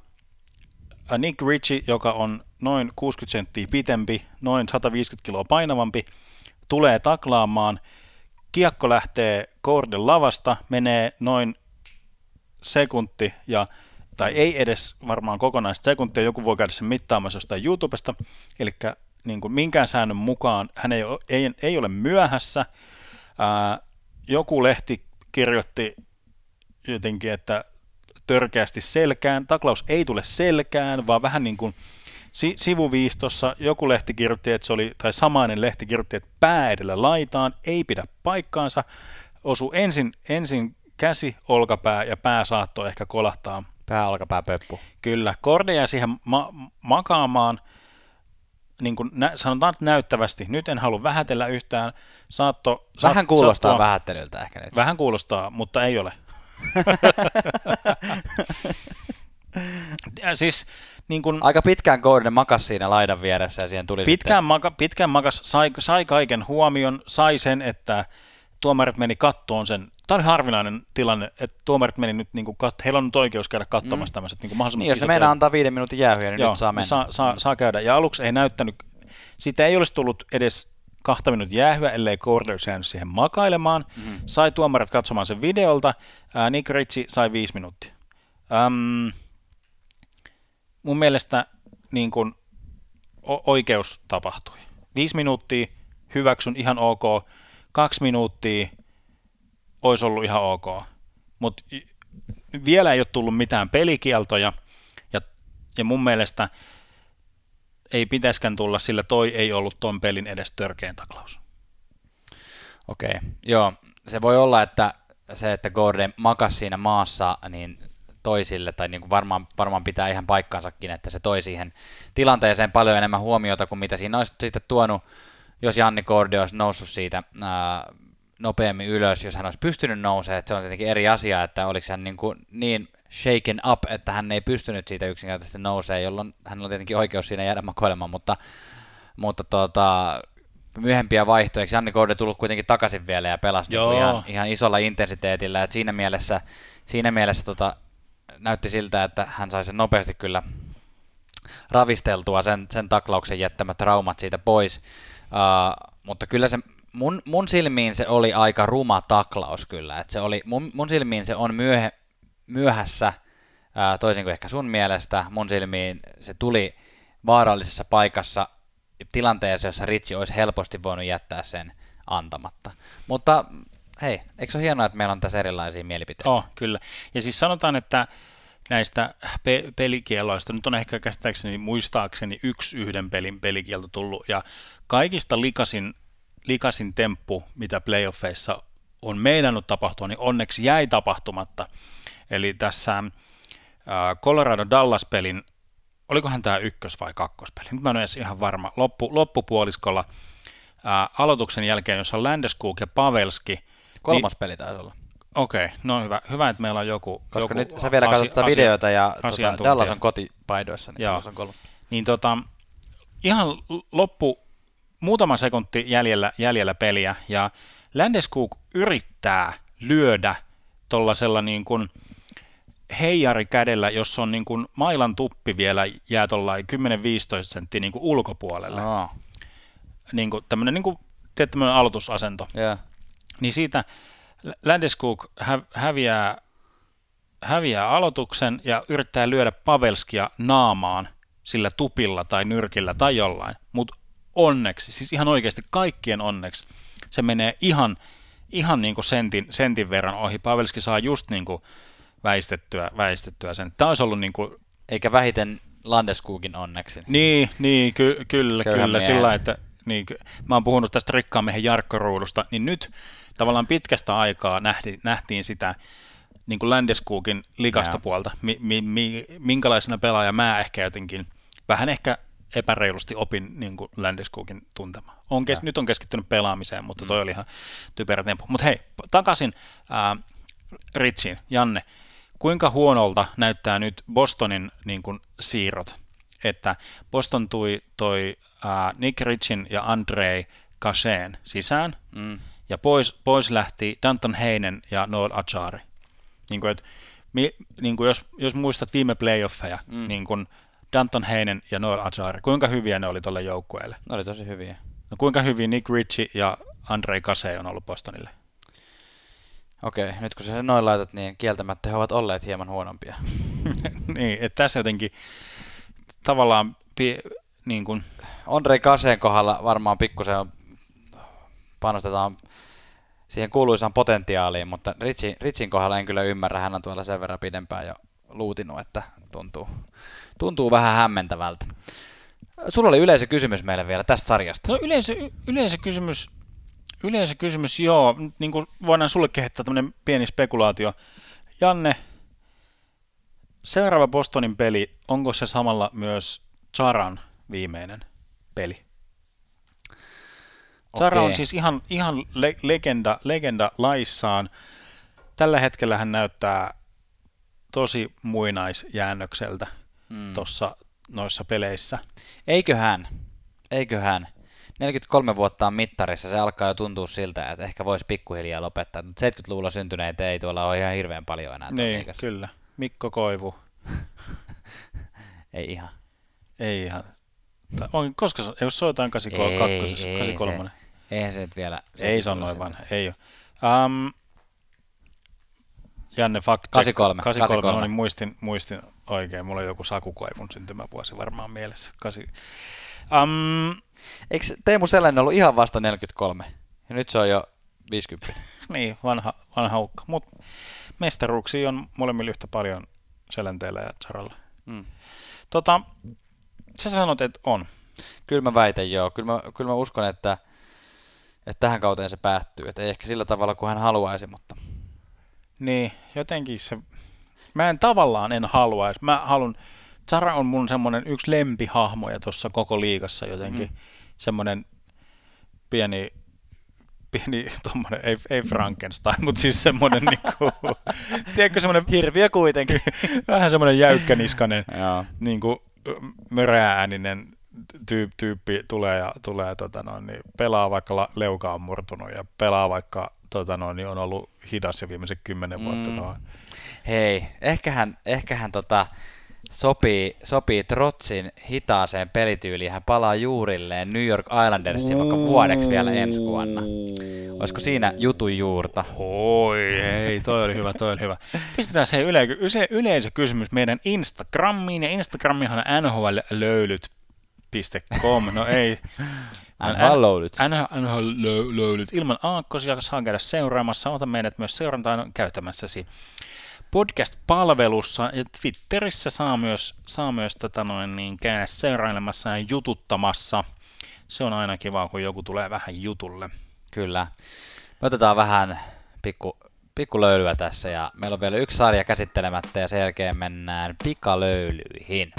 Nick Ritchie, joka on noin kuusikymmentä senttiä pitempi, noin sata viisikymmentä kiloa painavampi, tulee taklaamaan. Kiekko lähtee Gourden lavasta, menee noin sekunti, ja, tai ei edes varmaan kokonaista sekuntia, joku voi käydä sen mittaamassa jostain YouTubesta, eli niin kuin minkään säännön mukaan hän ei, ei, ei ole myöhässä. Ää, joku lehti kirjoitti jotenkin, että törkeästi selkään. Taklaus ei tule selkään, vaan vähän niin kuin si- sivuviistossa joku lehti kirjoitti, että se oli, tai samainen lehti kirjoitti, että pää edellä laitaan, ei pidä paikkaansa. Osu ensin, ensin käsi, olkapää ja pää saattoi ehkä kolahtaa. Pää, olkapää, pöppu. Kyllä, Gourde jäi siihen ma- makaamaan, niin kuin nä- sanotaan näyttävästi. Nyt en halua vähätellä yhtään. Saatto, vähän saat, kuulostaa saattoa, vähättelyltä ehkä nyt. Vähän kuulostaa, mutta ei ole. siis, niin kun, aika pitkään Gourde makasi siinä laidan vieressä ja siihen tuli pitkään, maka, pitkään makas, sai, sai kaiken huomion, sai sen, että tuomarit meni kattoon sen. Tämä oli harvinainen tilanne, että tuomarit meni nyt, niin kuin kat, heillä on nyt oikeus käydä katsomassa mm. tämmöiset niin mahdollisimman niin, jos ne meinaa antaa viiden minuutin jäähyä, niin joo, nyt saa mennä. Saa, saa, saa käydä, ja aluksi ei näyttänyt, siitä ei olisi tullut edes kahta minuutin jäähyä, ellei Gourde olisi jäänyt siihen makailemaan. Mm. Sai tuomarit katsomaan sen videolta. Ää, Nick Ritchie sai viisi minuuttia. Äm, mun mielestä niin kun, o- oikeus tapahtui. Viisi minuuttia, hyväksyn, ihan ok. Kaksi minuuttia, olisi ollut ihan ok. Mutta vielä ei ole tullut mitään pelikieltoja, ja, ja mun mielestä ei pitäisikään tulla, sillä toi ei ollut ton pelin edes törkein taklaus. Okei, okay. Joo, se voi olla, että se, että Gordon makasi siinä maassa, niin toisille, tai niin kuin varmaan, varmaan pitää ihan paikkansakin, että se toi siihen tilanteeseen paljon enemmän huomiota kuin mitä siinä olisi sitten tuonut, jos Janni Gordon olisi noussut siitä ää, nopeammin ylös, jos hän olisi pystynyt nousemaan, että se on tietenkin eri asia, että oliko hän niin, kuin niin shaken up, että hän ei pystynyt siitä yksinkertaisesti nousemaan, jolloin hän on tietenkin oikeus siinä jäädä makoilemaan, mutta, mutta tuota, myöhempiä vaihtoja, eikö Janni Gordon tullut kuitenkin takaisin vielä ja pelasi niin ihan, ihan isolla intensiteetillä, että siinä mielessä, siinä mielessä tota, näytti siltä, että hän sai sen nopeasti kyllä ravisteltua sen, sen taklauksen jättämät traumat siitä pois, uh, mutta kyllä se mun, mun silmiin se oli aika ruma taklaus kyllä, että se oli, mun, mun silmiin se on myöhe, myöhässä, uh, toisin kuin ehkä sun mielestä, mun silmiin se tuli vaarallisessa paikassa tilanteessa, jossa Richie olisi helposti voinut jättää sen antamatta, mutta hei, eikö se ole hienoa, että meillä on tässä erilaisia mielipiteitä? Oh, kyllä. Ja siis sanotaan, että näistä pe- pelikieloista, nyt on ehkä käsittääkseni muistaakseni yksi yhden pelin pelikielto tullut, ja kaikista likasin, likasin temppu, mitä playoffeissa on meinannut tapahtua, niin onneksi jäi tapahtumatta. Eli tässä äh, Colorado-Dallas-pelin, olikohan tämä ykkös- vai kakkospeli? Nyt mä en ole edes ihan varma. Loppu, loppupuoliskolla äh, aloituksen jälkeen, jossa Landeskog ja Pavelski. Kolmas niin, peli taisi olla. Okei, okay, no hyvä, hyvä, että meillä on joku. Koska joku nyt sä vielä asia, katsot asia, videoita ja tuota, Dallas on kotipaidoissa, niin Joo. se on kolmas. Niin tota, ihan loppu, muutama sekunti jäljellä, jäljellä peliä, ja Landeskog yrittää lyödä tuollaisella niin kuin heijari kädellä, jos on niin kuin mailan tuppi vielä jää tuollain kymmenen viisitoista senttiä niin kuin ulkopuolelle. Oh. Niin kuin tämmöinen niin kuin, teet tämmöinen aloitusasento. Yeah. Niin siitä Landeskog hä- häviää, häviää aloituksen ja yrittää lyödä Pavelskia naamaan sillä tupilla tai nyrkillä tai jollain. Mutta onneksi, siis ihan oikeasti kaikkien onneksi, se menee ihan, ihan niin kuin sentin, sentin verran ohi. Pavelski saa just niin kuin väistettyä, väistettyä sen. Tämä olisi ollut niin kuin... Eikä vähiten Landeskogin onneksi. Niin, niin ky- kyllä, Köyhän kyllä. miehen. Sillä että niin, mä oon puhunut tästä rikkaan miehen Jarkko-ruudusta, niin nyt tavallaan pitkästä aikaa nähtiin, nähtiin sitä niin kuin Landeskogin likasta ja. puolta, mi, mi, mi, minkälaisena pelaaja mä ehkä jotenkin, vähän ehkä epäreilusti opin niin kuin Landeskogin tuntemaan. On kes, nyt on keskittynyt pelaamiseen, mutta toi mm. oli ihan typerä tempo. Mutta hei, takaisin ää, Richiin, Janne. Kuinka huonolta näyttää nyt Bostonin niin kuin, siirrot, että Boston tui toi ää, Nick Richin ja Andrei Kaseen sisään, mm. ja pois, pois lähti Danton Heinen ja Noel Acciari. Niin kuin, et, mi, niin kuin jos, jos muistat viime playoffeja, mm. niin kuin Danton Heinen ja Noel Acciari, kuinka hyviä ne oli tuolle joukkueelle? Ne oli tosi hyviä. No kuinka hyviä Nick Ritchie ja Andrei Kase on ollut Bostonille? Okei, nyt kun sä sen noin laitat, niin kieltämättä he ovat olleet hieman huonompia. Niin, että tässä jotenkin tavallaan pi, niin kuin... Andrei Kaseen kohdalla varmaan pikkusen panostetaan siihen kuuluisaan potentiaaliin, mutta Richin, Richin kohdalla en kyllä ymmärrä, hän on tuolla sen verran pidempään jo luutinut, että tuntuu, tuntuu vähän hämmentävältä. Sulla oli yleisökysymys meille vielä tästä sarjasta. No yleisö, yleisökysymys, yleisökysymys, joo, niin kuin voidaan sulle kehittää tämmöinen pieni spekulaatio. Janne, seuraava Bostonin peli, onko se samalla myös Charan viimeinen peli? Chara on siis ihan, ihan le- legenda, legenda laissaan. Tällä hetkellä hän näyttää tosi muinaisjäännökseltä mm. tuossa noissa peleissä. Eiköhän, eiköhän. neljäkymmentäkolme vuotta on mittarissa, se alkaa jo tuntua siltä, että ehkä voisi pikkuhiljaa lopettaa. Mutta seitsemänkymmentäluvulla syntyneitä ei tuolla ole ihan hirveän paljon enää. Niin, kyllä. Mikko Koivu. Ei ihan. Ei ihan. On, koska se, jos soitaan kahdeksankymmentäkolme. Eihän se nyt vielä. Ei se on noin vanha, ei ole. Um, Janne, fact check. kahdeksankymmentäkolme. kahdeksankymmentäkolme, no niin muistin, muistin oikein. Mulla on joku Saku Koivun syntymävuosi varmaan mielessä. Kasi. Um, Eikö Teemu Selänen ollut ihan vasta neljäkymmentäkolme? Ja nyt se on jo viisikymmentä. niin, vanha, vanha ukka. Mutta mestaruuksia on molemmilla yhtä paljon Selänteellä ja Zaralla. Mm. Tota, sä sanot, että on. Kyllä mä väitän joo. Kyllä mä, kyllä mä uskon, että, että tähän kauteen se päättyy. Että ei ehkä sillä tavalla kuin hän haluaisi, mutta... Niin, jotenkin se... Mä en tavallaan en haluaisi. Mä haluan... Zara on mun semmonen yksi lempihahmoja tuossa koko liigassa jotenkin. Mm-hmm. Semmonen pieni... Pieni tommonen, ei, ei Frankenstein, mutta siis semmonen niinku... Tiedätkö semmonen... Hirviö kuitenkin. Vähän semmonen jäykkäniskanen, niinku möreääninen tyyp, tyyppi tulee ja tulee, tota noin, niin pelaa vaikka la, leuka on murtunut ja pelaa vaikka tota noin, niin on ollut hidas jo viimeiset kymmenen vuotta. Mm. Hei, ehkähän, ehkähän tota, sopii, sopii Trotsin hitaaseen pelityyliin. Hän palaa juurilleen New York Islandersiin vaikka vuodeksi vielä ensi vuonna. Olisiko siinä jutun juurta? Oi, ei, toi oli hyvä, toi oli hyvä. Pistetään se yle, yle, yleisökysymys meidän Instagramiin, ja Instagramihan on n h l löylyt piste com. No ei. N H L-löylyt. N H L-löylyt. Ilman aakkosia saa käydä seuraamassa. Ota meidät myös seurantaan käyttämässäsi podcast-palvelussa, ja Twitterissä saa myös, saa myös tota noin, niin käydä seurailemassa ja jututtamassa. Se on aina kiva, kun joku tulee vähän jutulle. Kyllä. Me otetaan vähän pikku, pikku löylyä tässä, ja meillä on vielä yksi sarja käsittelemättä, ja sen jälkeen mennään pikalöylyihin.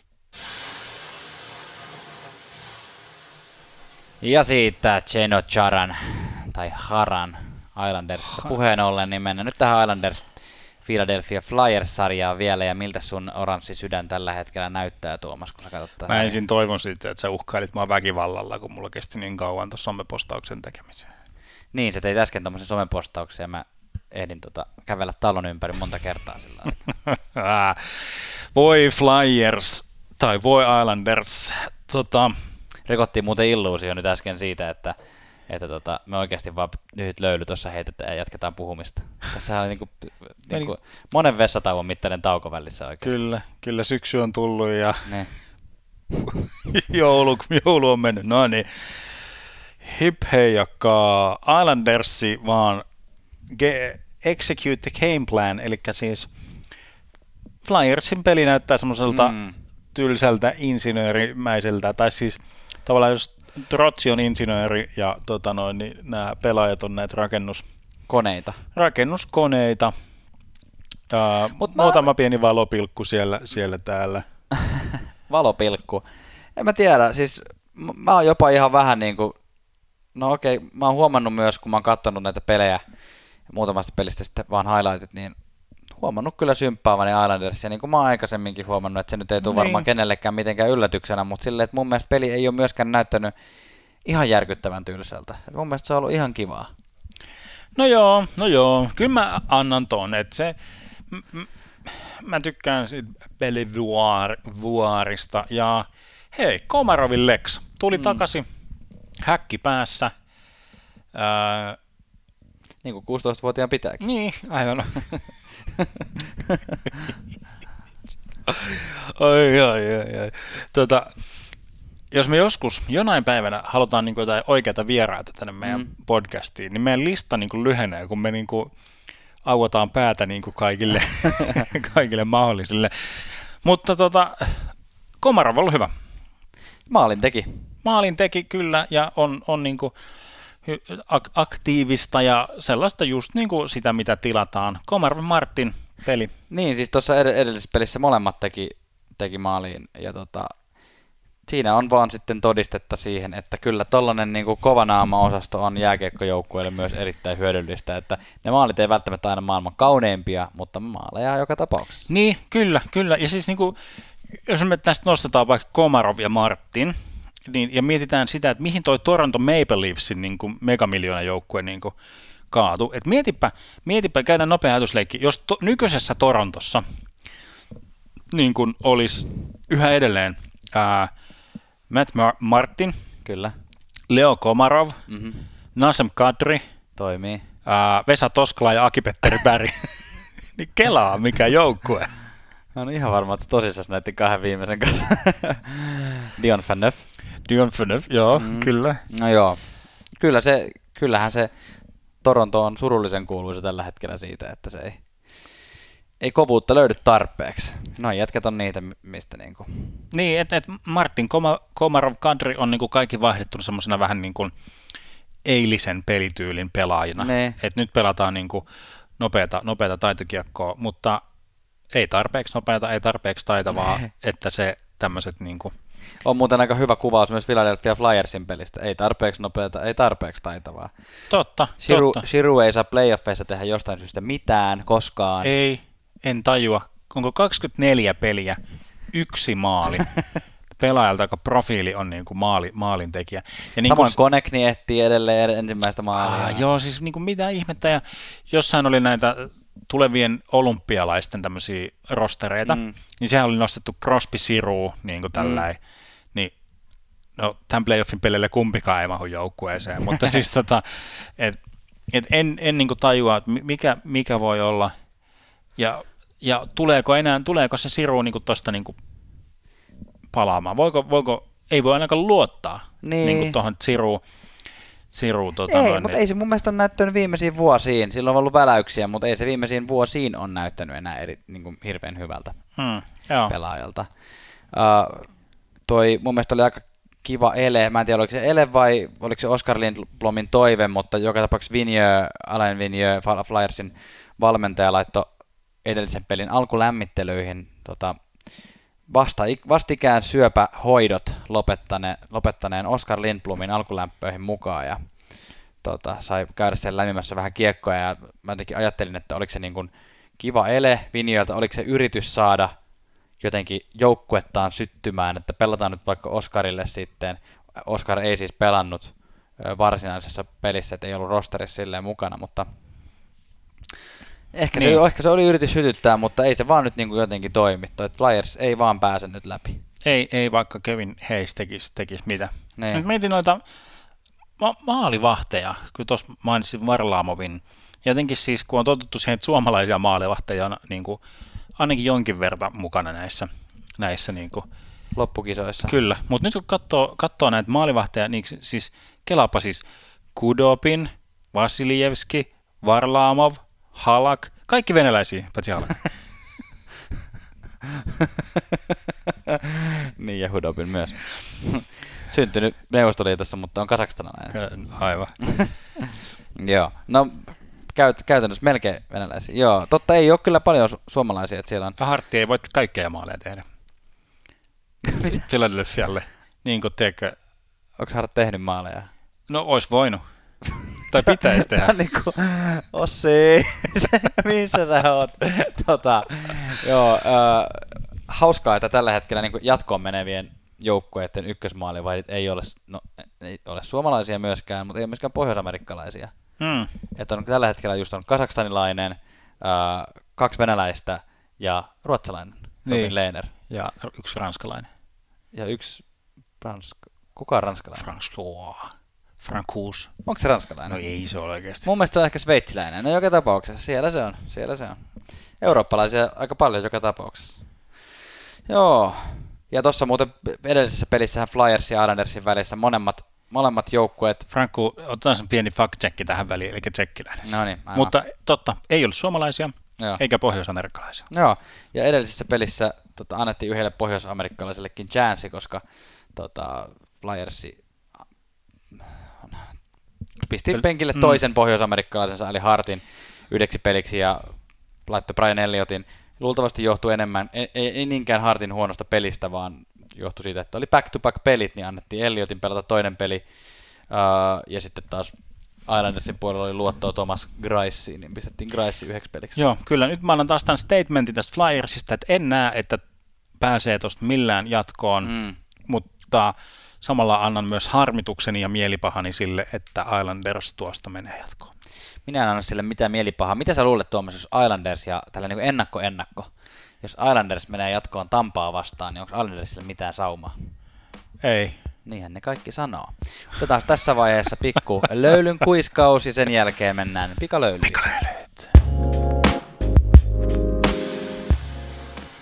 Ja siitä Geno Charan, tai Haran, Islanders puheen ollen, niin mennään nyt tähän Islanders Philadelphia Flyers-sarjaa vielä, ja miltä sun oranssi sydän tällä hetkellä näyttää, Tuomas, kun sä katsot? Mä ensin toivon siitä, että sä uhkailit mua väkivallalla, kun mulla kesti niin kauan tuossa somepostauksen tekemiseen. Niin, sä teit äsken tommosen somepostauksen, ja mä ehdin tota, kävellä talon ympäri monta kertaa sillä aikaa. Voi Flyers, tai voi Islanders, tota... Rikottiin muuten illuusio nyt äsken siitä, että että tota, me oikeasti vaan lyhyt löyly tuossa heitetään ja jatketaan puhumista. Tässä on niinku, niinku monen vessatauon mittainen tauko välissä oikeasti. Kyllä, kyllä syksy on tullut ja joulu, joulu on mennyt. No niin, hip heijakkaa. Islandersi vaan ge- execute the game plan, eli siis Flyersin peli näyttää semmoiselta mm. tylsältä insinöörimäiseltä, tai siis tavallaan jos Trotsi on insinööri ja tota noin, niin nämä pelaajat on näitä rakennuskoneita. Rakennuskoneita. Uh, Mut muutama mä... pieni valopilkku siellä, siellä täällä. Valopilkku. En mä tiedä, siis mä oon jopa ihan vähän niin kuin, no okei, mä oon huomannut myös, kun mä oon katsonut näitä pelejä, muutamasta pelistä sitten vaan highlightit, niin huomannut kyllä symppaavan Islandersia, niin kuin mä oon aikaisemminkin huomannut, että se nyt ei tule niin varmaan kenellekään mitenkään yllätyksenä, mutta silleen, että mun mielestä peli ei ole myöskään näyttänyt ihan järkyttävän tylsältä. Et mun mielestä se on ollut ihan kivaa. No joo, no joo, kyllä mä annan ton, että se, m- m- mä tykkään siitä pelivuorista, ja hei, Komarovin Lex tuli mm. takaisin, häkki päässä. Ää, niin kuin kuusitoistavuotiaan pitääkin. Niin, aivan. Ai, ai, ai, ai. Tota, jos me joskus jonain päivänä halutaan niin kuin jotain oikeata vieraita tänne meidän mm. podcastiin, niin meidän lista niin kuin lyhenee, kun me niin kuin auotaan päätä niin kuin kaikille, kaikille mahdollisille. Mutta tota, Komarov on ollut hyvä. Maalin teki. Maalin teki kyllä, ja on, on niin kuin aktiivista ja sellaista just niin kuin sitä, mitä tilataan. Komarov Martin peli. Niin, siis tuossa edellisessä pelissä molemmat teki, teki maaliin, ja tota, siinä on vaan sitten todistetta siihen, että kyllä tollainen niin kuin kovanaama-osasto on jääkiekkojoukkueelle myös erittäin hyödyllistä, että ne maalit ei välttämättä aina maailman kauneimpia, mutta maaleja joka tapauksessa. Niin, kyllä, kyllä. Ja siis niin kuin, jos me tästä nostetaan vaikka Komarov ja Martin, niin, ja mietitään sitä, että mihin toi Toronto Maple Leafsin niin kuin megamiljoonajoukkue niin kuin kaatu. Et mietipä, mietipä, käydään nopea ajatusleikki, jos to, nykyisessä Torontossa niin kuin olisi yhä edelleen ää, Matt Mar- Martin, kyllä. Leo Komarov, mm-hmm. Nazem Kadri, toimii. Ää, Vesa Toskala ja Aki-Petteri Berg, niin kelaa mikä joukkue. Mä oon ihan varma, että tosissaan näiden kahden viimeisen kanssa. Dion Phaneuf. Dion Phaneuf, joo, mm. kyllä. No joo, kyllä se, kyllähän se Toronto on surullisen kuuluisa tällä hetkellä siitä, että se ei, ei kovuutta löydy tarpeeksi. No jätkät on niitä, mistä niinku... Niin, että et Martin Komarov-Kadri on niinku kaikki vaihdettu semmoisena vähän niin kuin eilisen pelityylin pelaajina. Että nyt pelataan niinku nopeata, nopeata taitokiekkoa, mutta ei tarpeeksi nopeata, ei tarpeeksi taitavaa, että se tämmöiset niinku... On muuten aika hyvä kuvaus myös Philadelphia Flyersin pelistä. Ei tarpeeksi nopeata, ei tarpeeksi taitavaa. Totta, Shiru, totta. Shiru ei saa playoffeissa tehdä jostain syystä mitään koskaan. Ei, en tajua. Onko kaksikymmentäneljä peliä, yksi maali pelaajalta, joka profiili on niin kuin maali, maalintekijä. Ja niin Samoin kuin... Konekni etsii edelleen ensimmäistä maalia. Ah, joo, siis niin kuin mitä ihmettä. Ja jossain oli näitä tulevien olympialaisten tämmöisiä rostereita, mm. niin sehän oli nostettu Crosby Siru niin kuin tälläin. Mm. Niin, no, tämän playoffin pelille kumpikaan ei mahu joukkueeseen, mutta siis tota, et, et en, en niin kuin tajua, että mikä, mikä voi olla, ja, ja tuleeko enää, tuleeko se Siru niin kuin tosta niin kuin palaamaan, voiko, voiko, ei voi ainakaan luottaa niin. Niin kuin tuohon Siruun. Siru, tota ei, noin, mutta niin. ei se mun mielestä ole näyttänyt viimeisiin vuosiin. Silloin on ollut väläyksiä, mutta ei se viimeisiin vuosiin on näyttänyt enää eri, niin kuin hirveän hyvältä hmm, joo. pelaajalta. Uh, toi mun mielestä oli aika kiva ele. Mä en tiedä, oliko se ele vai oliko se Oskar Lindblomin toive, mutta joka tapauksessa Vigneault, Alain Vigneault, Flyersin valmentaja laittoi edellisen pelin alkulämmittelyihin tota, vasta, vastikään syöpähoidot lopettaneen, lopettaneen Oskar Lindblomin alkulämpöihin mukaan ja tota, sai käydä sen lämmimässä vähän kiekkoja ja mä jotenkin ajattelin, että oliko se niin kuin kiva ele Vigneaulta, oliko se yritys saada jotenkin joukkuettaan syttymään, että pelataan nyt vaikka Oskarille sitten. Oskar ei siis pelannut varsinaisessa pelissä, että ei ollut rosterissa silleen mukana, mutta ehkä, niin. se, ehkä se oli yritys sytyttää, mutta ei se vaan nyt niin kuin jotenkin toimi. Toi Flyers ei vaan pääse nyt läpi. Ei, ei vaikka Kevin Hayes tekisi tekis mitä. Niin. Nyt mietin noita ma- maalivahteja, kun tuossa mainitsin Varlamovin. Jotenkin siis, kun on totuttu siihen, että suomalaisia maalivahteja on niin kuin ainakin jonkin verran mukana näissä, näissä niin kuin, loppukisoissa. Kyllä, mutta nyt kun katsoo, katsoo näitä maalivahteja, niin siis kelaapa siis Kudobin, Vasiljevski, Varlamov, Halak, kaikki venäläisiä, paitsi Halak. Niin ja Hudobin myös. Syntynyt Neuvostoliitossa, mutta on kasakstanilainen. Aivan. Joo, no Käyt, käytännössä melkein venäläisiä. Joo, totta ei ole kyllä paljon su- suomalaisia, että siellä on... Hartti ei voi kaikkea maaleja tehdä. Philadelphialle. Niin kuin teekö... Onko Hart tehnyt maaleja? No, ois voinut. Tai pitäisi tehdä. niin kuin, Ossi, missä sä oot? Tota, joo, äh, hauskaa, että tällä hetkellä niin kuin jatkoon menevien joukkueiden ykkösmaalivahdit ei ole, no, ei ole suomalaisia myöskään, mutta ei ole myöskään pohjoisamerikkalaisia. Hmm. Että on tällä hetkellä just on kasakstanilainen, äh, kaksi venäläistä ja ruotsalainen, Robin niin. Lehner. Ja yksi ranskalainen. Ja yksi ranska... Kuka on ranskalainen? François. Francouz. Onko se ranskalainen? No ei se ole oikeasti. Mun mielestä se on ehkä sveitsiläinen. No joka tapauksessa, siellä se on, siellä se on. Eurooppalaisia aika paljon joka tapauksessa. Joo. Ja tuossa muuten edellisessä pelissähän Flyers ja Islandersin välissä molemmat Molemmat joukkueet. Franku, otetaan sen pieni fact-checki tähän väliin, eli tsekkiläinen. No niin, mutta totta, ei ollut suomalaisia, Joo. eikä pohjois-amerikkalaisia. Joo, ja edellisessä pelissä tota, annettiin yhdelle pohjois-amerikkalaisellekin chanssi, koska tota, Flyersi pisti Pel- penkille mm. toisen pohjois-amerikkalaisensa, eli Hartin yhdeksi peliksi, ja laittoi Brian Elliotin. Luultavasti johtui enemmän, ei, ei niinkään Hartin huonosta pelistä, vaan johtui siitä, että oli back-to-back pelit, niin annettiin Elliotin pelata toinen peli, uh, ja sitten taas Islandersin puolella oli luottoa Thomas Griceen, niin pistettiin Grice yhdeksi peliksi. Joo, kyllä. Nyt mä annan taas tämän statementin tästä Flyersista, että en näe, että pääsee tuosta millään jatkoon, mm. mutta samalla annan myös harmitukseni ja mielipahani sille, että Islanders tuosta menee jatkoon. Minä en anna sille mitään mielipahaa. Mitä sä luulet, Tuomas, jos Islanders ja tällä niin ennakko-ennakko, jos Islanders menee jatkoon Tampaa vastaan, niin onko Islandersille mitään saumaa? Ei. Niinhän ne kaikki sanoo. Otetaan tässä vaiheessa pikku löylyn kuiskaus ja sen jälkeen mennään pikalöylyyn. Pikalöylyt.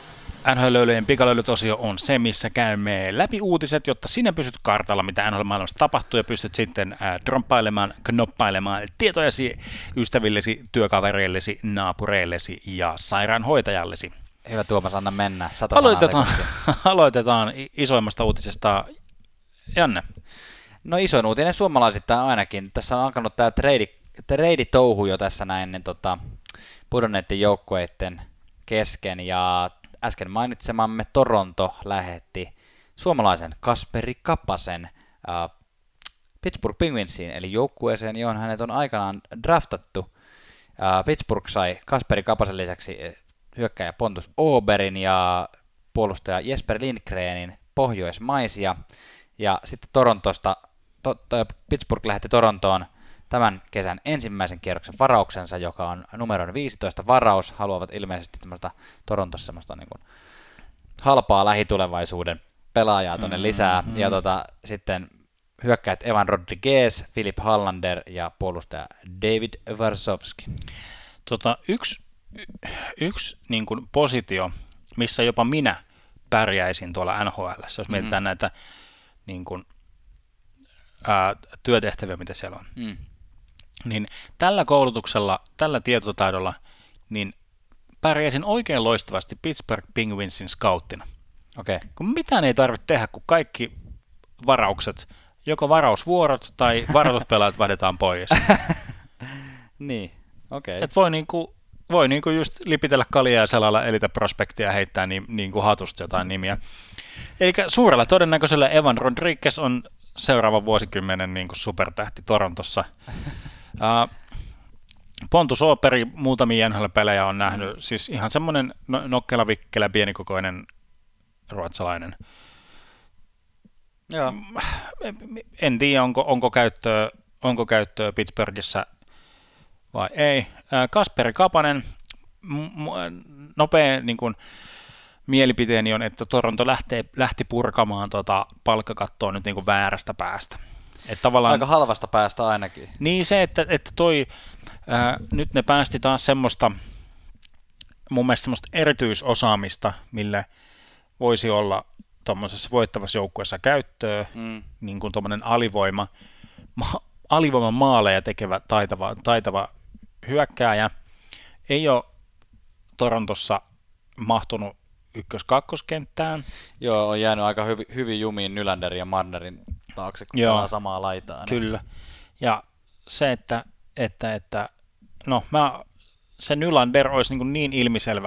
N H L-löylyjen pikalöylyt-osio on se, missä käymme läpi uutiset, jotta sinä pysyt kartalla, mitä N H L-maailmassa tapahtuu, ja pystyt sitten äh, droppailemaan, knoppailemaan tietojasi ystävillesi, työkavereillesi, naapureillesi ja sairaanhoitajallesi. Hyvä Tuomas, anna mennä. Aloitetaan, aloitetaan isoimmasta uutisesta. Janne. No isoin uutinen suomalaisittain ainakin. Tässä on alkanut tämä trade, trade-touhu jo tässä näin niin tota, pudonneiden joukkueiden kesken, ja äsken mainitsemamme Toronto lähetti suomalaisen Kasperi Kapasen äh, Pittsburgh Penguinsiin, eli joukkueeseen, johon hänet on aikanaan draftattu. Äh, Pittsburgh sai Kasperi Kapasen lisäksi hyökkääjä Pontus Oberin ja puolustaja Jesper Lindgrenin pohjoismaisia. Ja sitten Torontosta, to, to, Pittsburgh lähetti Torontoon tämän kesän ensimmäisen kierroksen varauksensa, joka on numeron viisitoista varaus. Haluavat ilmeisesti Torontossa semmoista niin kuin halpaa lähitulevaisuuden pelaajaa tuonne mm-hmm. lisää. Ja tota, sitten hyökkäät Evan Rodriguez, Philip Hallander ja puolustaja David Varsovski. Tota, yksi yksi niin kuin positio, missä jopa minä pärjäisin tuolla N H L:ssä, jos mietitään mm-hmm. näitä niin kuin, ää, työtehtäviä, mitä siellä on. Mm. Niin tällä koulutuksella, tällä tietotaidolla, niin pärjäisin oikein loistavasti Pittsburgh Penguinsin scouttina. Okay. Kun mitään ei tarvitse tehdä, kun kaikki varaukset, joko varausvuorot tai varatut pelaajat vaihdetaan pois. Niin, okei. Okay. Et voi niinku, voi niinku just lipitellä kaljaa ja selalla Elite Prospectia ja heittää niin, niinku hatusta jotain nimiä. Eli suurella todennäköisellä Evan Rodriguez on seuraavan vuosikymmenen niinku supertähti Torontossa. Uh, Pontus Operi, muutamia N H L-pelejä on nähnyt, mm. siis ihan semmoinen no- nokkela, vikkelä, pienikokoinen ruotsalainen. Joo. En tiedä, onko, onko, käyttöä, onko käyttöä Pittsburghissa vai ei. Uh, Kasperi Kapanen, m- m- nopea niin kuin, mielipiteeni on, että Toronto lähtee, lähti purkamaan tota palkkakattoa nyt niin kuin väärästä päästä. Et tavallaan, aika halvasta päästä ainakin. Niin se, että, että toi, ää, nyt ne päästi taas semmoista, mun mielestä semmoista erityisosaamista, mille voisi olla tuommoisessa voittavassa joukkueessa käyttöä, mm. niin kuin tuommoinen alivoima, ma, alivoiman maaleja tekevä taitava, taitava hyökkääjä. Ei ole Torontossa mahtunut ykkös-kakkoskenttään. Joo, on jäänyt aika hyvi, hyvin jumiin Nylanderin ja Marnerin taakse, kun pelaa samaa laitaa. Niin. Kyllä. Ja se, että, että, että no, mä, se Nylander olisi niin, niin ilmiselvä.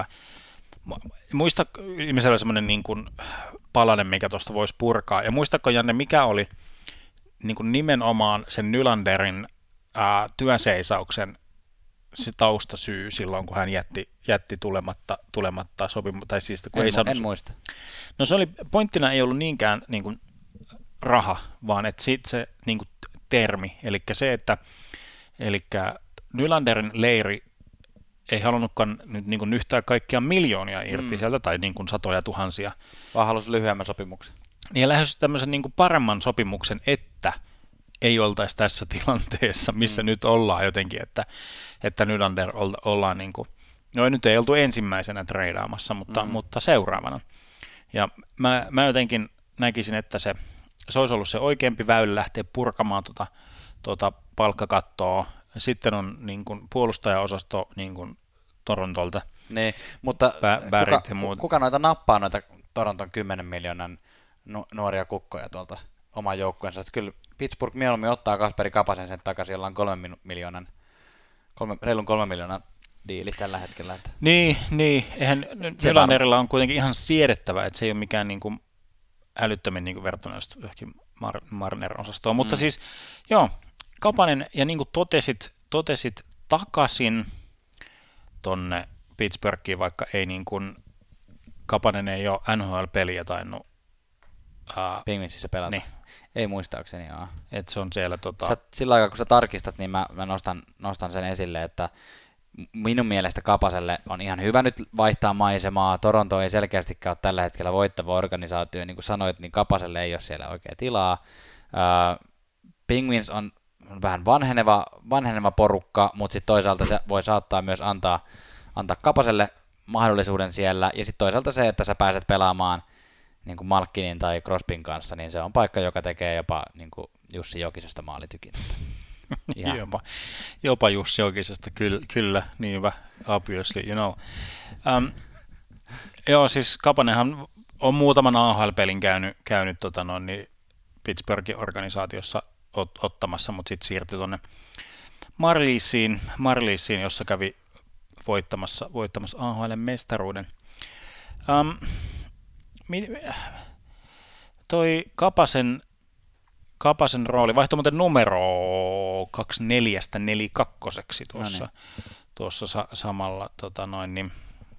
Muista ilmiselvä semmoinen niin kuin palanen, mikä tuosta voisi purkaa. Ja muistatko, Janne, mikä oli niin kuin nimenomaan sen Nylanderin ää, työseisauksen se taustasyy silloin, kun hän jätti, jätti tulematta, tulematta sopimusta. Tai siis, kun en, ei saanut, en muista. No se oli, pointtina ei ollut niinkään niin kuin raha, vaan että sitten se niin kuin termi, eli se, että elikkä Nylanderin leiri ei halunnutkaan nyt niin kuin nyhtää kaikkia miljoonia irti mm. sieltä, tai niin kuin satoja tuhansia. Vaan halusi lyhyemmän sopimuksen. Ja lähes tämmöisen niin kuin paremman sopimuksen, että ei oltaisi tässä tilanteessa, missä mm. nyt ollaan jotenkin, että, että Nylander ollaan niin kuin, no nyt ei oltu ensimmäisenä treidaamassa, mutta, mm. mutta seuraavana. Ja mä, mä jotenkin näkisin, että se, se olisi ollut se oikeampi väylä lähteä purkamaan tuota, tuota palkkakattoa. Sitten on niin kuin puolustajaosasto niin kuin Torontolta. Niin, mutta Bä- kuka, ku, kuka noita nappaa noita Toronton kymmenen miljoonan nu- nuoria kukkoja tuolta oman joukkueensa? Kyllä Pittsburgh mieluummin ottaa Kasperi Kapasen sen takaisin, jolla on kolmen miljoonan, kolme, reilun kolmen miljoonan diili tällä hetkellä. Että niin, niin, eihän Nylanderilla on kuitenkin ihan siedettävä, että se ei ole mikään niin kuin älyttömin niin kuin verrattuna just johonkin Mar- Marner-osastoon, mutta mm. siis joo, Kapanen, ja niin kuin totesit, totesit takaisin tonne Pittsburghiin, vaikka ei niin kuin, Kapanen ei ole N H L-peliä tainnut. Uh, Penguinsissä pelata. Niin. Ei muistaakseni, joo. Et se on siellä tota... Sä, sillä aikaa, kun sä tarkistat, niin mä, mä nostan, nostan sen esille, että minun mielestä Kapaselle on ihan hyvä nyt vaihtaa maisemaa. Toronto ei selkeästikään ole tällä hetkellä voittava organisaatio. Niin kuin sanoit, niin Kapaselle ei ole siellä oikea tilaa. Uh, Penguins on vähän vanheneva, vanheneva porukka, mutta sitten toisaalta se voi saattaa myös antaa, antaa Kapaselle mahdollisuuden siellä, ja sitten toisaalta se, että sä pääset pelaamaan niin kuin Malkkinin tai Crosbyn kanssa, niin se on paikka, joka tekee jopa niin kuin Jussi Jokisesta maalitykin. jopa, jopa Jussi Jokisesta, kyllä, kyllä niin hyvä, obviously, you know. Um, joo, siis Kapanenhan on muutaman A H L-pelin käynyt, käynyt tota noin, niin Pittsburghin organisaatiossa ot, ottamassa, mutta sitten siirtyi tuonne Marliesiin, Marliesiin, jossa kävi voittamassa, voittamassa A H L-mestaruuden. Um, toi Kapasen, Kapasen rooli vaihtoi muuten numero kaksikymmentäneljä neljäkymmentäkaksi tuossa, no niin. tuossa sa- samalla. Tota noin, niin.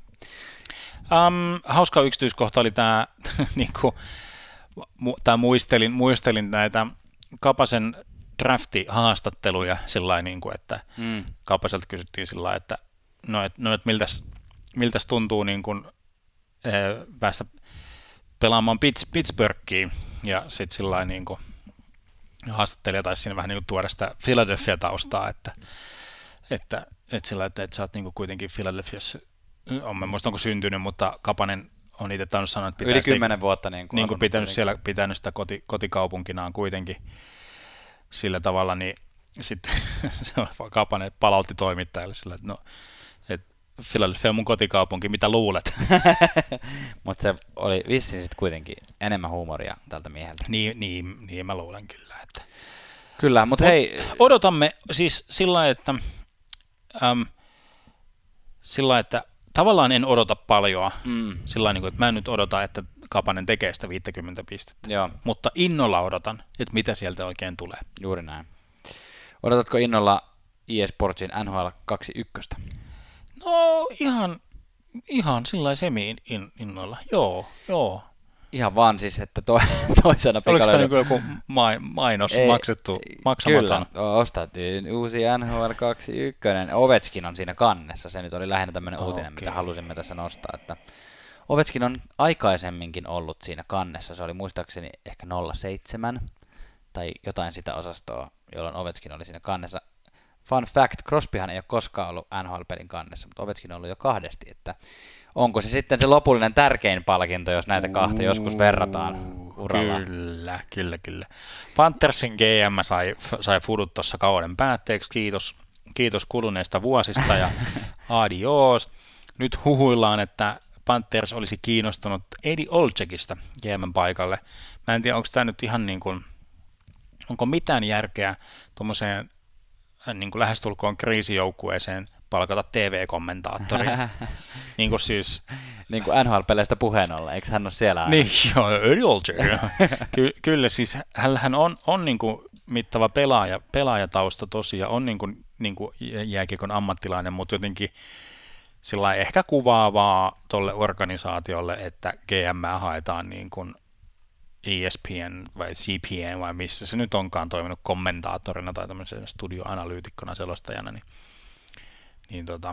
um, hauska yksityiskohta oli tämä, niinku, mu- muistelin, muistelin näitä Kapasen drafti-haastatteluja sillä niinku, että mm. Kapaselta kysyttiin sillä että no, et, no et miltäs, miltäs tuntuu niin kun, eh, päästä pelaamaan Pitts, Pittsburghiin, ja sitten sillä niin kuin haastattelija taisi siinä vähän niin kuin tuoda sitä Philadelphia-taustaa, että, että, että sillä että, että sä oot niin kuin kuitenkin Philadelphiassa, on, en muista onko syntynyt, mutta Kapanen on itse tainnut sanoa, että yli kymmenen vuotta niin kuin niin kuin pitänyt, siellä, pitänyt sitä koti, kotikaupunkinaan kuitenkin sillä tavalla, niin sitten se Kapanen palautti toimittajalle sillä, että no, Philadelphia on mun kotikaupunki, mitä luulet? Mutta se oli vissiin sitten kuitenkin enemmän huumoria tältä mieheltä. Niin, niin, niin mä luulen kyllä. Että. Kyllä, mutta Mut hei. Odotamme siis sillä että, äm, sillä että tavallaan en odota paljon. Mm. Sillä niin että mä en nyt odota, että Kapanen tekee sitä viisikymmentä pistettä. Joo. Mutta innolla odotan, että mitä sieltä oikein tulee. Juuri näin. Odotatko innolla E A Sportsin N H L kaksikymmentäyksi? No ihan, ihan sillä semi in, innoilla, joo, joo. Ihan vaan siis, että to, toisena pikalöydä. Oliko tämä niin joku mainos Ei, maksettu, maksamaton? Kyllä, ostattiin uusi N H L kaksikymmentäyksi. Ovechkin on siinä kannessa, se nyt oli lähinnä tämmöinen okay. uutinen, mitä halusimme tässä nostaa. Että Ovechkin on aikaisemminkin ollut siinä kannessa, se oli muistaakseni ehkä nolla seitsemän tai jotain sitä osastoa, jolloin Ovechkin oli siinä kannessa. Fun fact, Crosbyhan ei ole koskaan ollut N H L-pelin kannessa, mutta Ovechkin on ollut jo kahdesti, että onko se sitten se lopullinen tärkein palkinto, jos näitä kahta joskus verrataan uralla? Kyllä, kyllä, kyllä. Panthersin G M sai, sai fudut tuossa kauden päätteeksi, kiitos, kiitos kuluneista vuosista ja adios. Nyt huhuillaan, että Panthers olisi kiinnostunut Eddie Olczykista G M:n paikalle. Mä en tiedä, onko tämä nyt ihan niin kuin, onko mitään järkeä tuommoiseen niin kuin lähestulkoon kriisijoukkueeseen palkata T V-kommentaattori. niin kuin siis... Niin kuin N H L-peleistä puheen ollen, eikö hän ole siellä aina? Niin, joo, Eddie Olczyk. Ky- kyllä, siis hänhän on, on niin kuin mittava pelaaja, pelaajatausta tosiaan, on niin kuin, niin kuin jääkiekon ammattilainen, mutta jotenkin sillä ehkä kuvaavaa tuolle organisaatiolle, että G M haetaan niin kuin E S P N vai C P N vai missä se nyt onkaan toiminut kommentaattorina tai tämmöisenä studioanalyytikkona selostajana, niin, niin tota,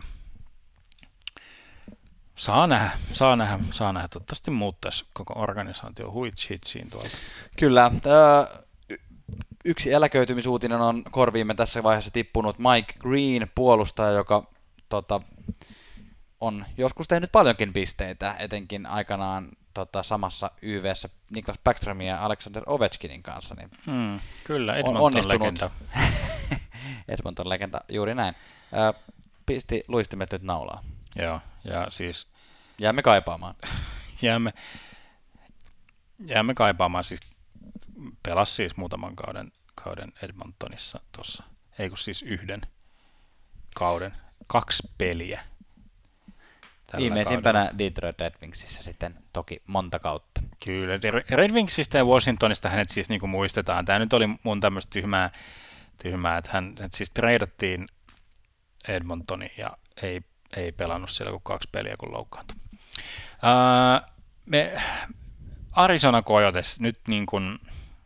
saa nähdä, saa nähdä, saa nähdä. Toivottavasti muuttaisi koko organisaatio huitsitsiin tuolta. Kyllä. Äh, yksi eläköitymisuutinen on korviimme tässä vaiheessa tippunut Mike Green, puolustaja, joka tota, on joskus tehnyt paljonkin pisteitä, etenkin aikanaan Tota, samassa Y V:ssä Niklas Backströmin ja Alexander Ovechkinin kanssa, niin hmm, kyllä, Edmonton legenda. Edmonton legenda, juuri näin. Ö, pisti luistimet nyt naulaa. Joo, ja siis... Jäämme kaipaamaan. jäämme, jäämme kaipaamaan, siis pelasi siis muutaman kauden, kauden Edmontonissa tuossa, ei kun siis yhden kauden, kaksi peliä. Viimeisimpänä kaudella. Detroit Red Wingsissä sitten toki monta kautta. Kyllä, Red Wingsistä ja Washingtonista hänet siis niin kuin muistetaan. Tämä nyt oli mun tämmöistä tyhmää, tyhmää että hän että siis treidattiin Edmontoniin ja ei, ei pelannut siellä kuin kaksi peliä, kun loukkaantui. Uh, me Arizona Coyotes nyt niin kuin,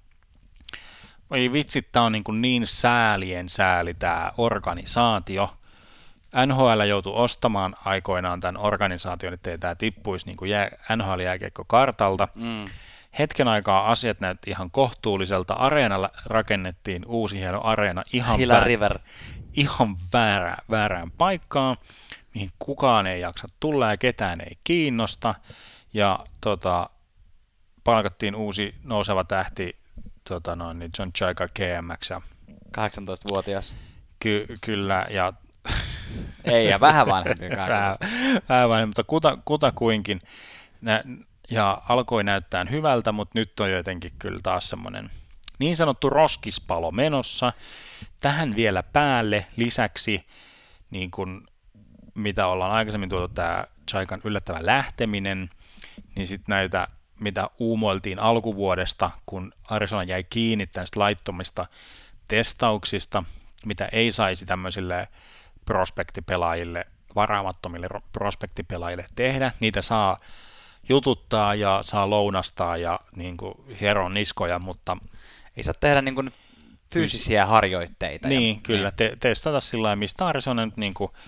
ei vitsi, tämä on niin, kuin niin säälien sääli tämä organisaatio. N H L joutui ostamaan aikoinaan tämän organisaation, ettei tämä tippuisi niin kuin jää, N H L-jääkiekko kartalta. Mm. Hetken aikaa asiat näytti ihan kohtuulliselta. Areenalla rakennettiin uusi hieno areena ihan, väär, ihan väärään, väärään paikkaan, mihin kukaan ei jaksa tulla ja ketään ei kiinnosta. Ja tota, palkattiin uusi nouseva tähti, tota noin, John Chayka G M X. Ja kahdeksantoistavuotias. Ky- kyllä, ja ei, ja vähän vanhempi. vähän, vähän vanhempi, mutta kuta, kutakuinkin. Nä, ja alkoi näyttää hyvältä, mutta nyt on jotenkin kyllä taas semmoinen niin sanottu roskispalo menossa. Tähän vielä päälle lisäksi, niin kuin mitä ollaan aikaisemmin tuotu, tämä Chaykan yllättävä lähteminen, niin sitten näitä, mitä uumoiltiin alkuvuodesta, kun Arizona jäi kiinni tästä laittomista testauksista, mitä ei saisi tämmöisille prospektipelaajille, varaamattomille prospektipelaajille tehdä. Niitä saa jututtaa ja saa lounastaa ja niin kuin hieron niskoja, mutta ei saa tehdä niin kuin fyysisiä harjoitteita. Niin, ja, kyllä. Te, testata sillä lailla, mistä Arizona nyt niin kuin,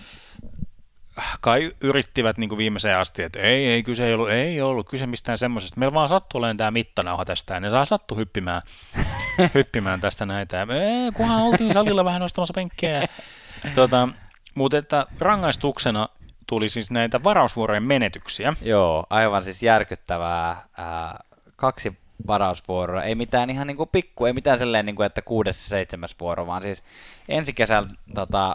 kai yrittivät niin kuin viimeiseen asti, että ei, ei, kyse ei ollut, ei ollut kyse mistään semmoisesta. Meillä vaan sattui olemaan tämä mittanauha tästä, ja ne saa sattu hyppimään, hyppimään tästä näitä. Ja me, kunhan oltiin salilla vähän nostamassa penkkejä. Tuota, mutta että rangaistuksena tuli siis näitä varausvuorojen menetyksiä. Joo, aivan siis järkyttävää. Ää, kaksi varausvuoroa, ei mitään ihan niin kuin pikku, ei mitään sellainen, niin kuin, että kuudes ja seitsemäs vuoro, vaan siis ensi kesän tota,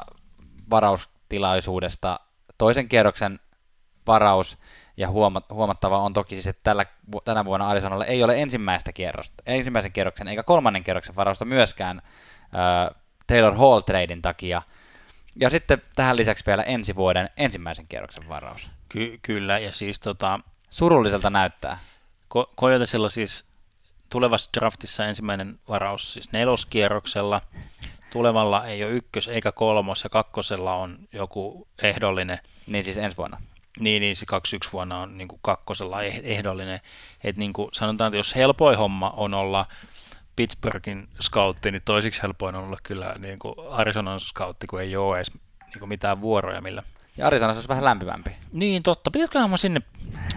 varaustilaisuudesta toisen kierroksen varaus, ja huomattava on toki siis, että tällä, tänä vuonna Arizonalle ei ole ensimmäistä kierrosta, ensimmäisen kierroksen eikä kolmannen kierroksen varausta myöskään ää, Taylor Hall-tradein takia. Ja sitten tähän lisäksi vielä ensi vuoden ensimmäisen kierroksen varaus. Ky- kyllä, ja siis tota... surulliselta näyttää. Ko- Coyotesilla siis tulevassa draftissa ensimmäinen varaus siis neloskierroksella. Tulevalla ei ole ykkös eikä kolmos, ja kakkosella on joku ehdollinen. Niin siis ensi vuonna. Niin, niin se kaksikymmentäyksi vuonna on niin kuin kakkosella ehdollinen. Että niin kuin sanotaan, että jos helpoin homma on olla Pittsburghin scoutti, niin toisiksi helpoin on olla kyllä niin kuin Arizonan scoutti, kun ei ole edes niin kuin mitään vuoroja millä. Ja Arizonassa olisi vähän lämpimämpi. Niin, totta. Pitäisiköhän mä sinne?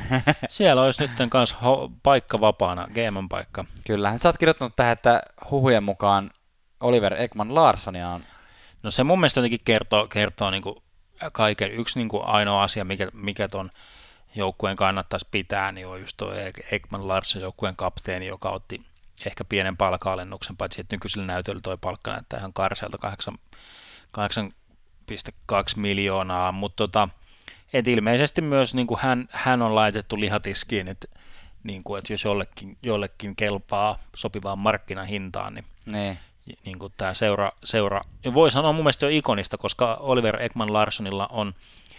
Siellä olisi nyt kanssa ho- paikka vapaana, G M paikka. Kyllä. Sä oot kirjoittanut tähän, että huhujen mukaan Oliver Ekman Larssonia on... No se mun mielestä jotenkin kertoo, kertoo niin kuin kaiken. Yksi niin kuin ainoa asia, mikä, mikä ton joukkueen kannattaisi pitää, niin on just tuo Ekman Larsson, joukkueen kapteeni, joka otti ehkä pienen palka-alennuksen, paitsi että nykyisellä näytöllä toi palkka näyttää ihan karsealta kahdeksan pilkku kaksi miljoonaa, mutta tota, et ilmeisesti myös niin kuin hän, hän on laitettu lihatiskiin, että niin kuin, et jos jollekin, jollekin kelpaa sopivaan markkinahintaan, niin, niin. niin kuin tämä seura, seura, voi sanoa mun mielestä jo ikonista, koska Oliver Ekman Larssonilla on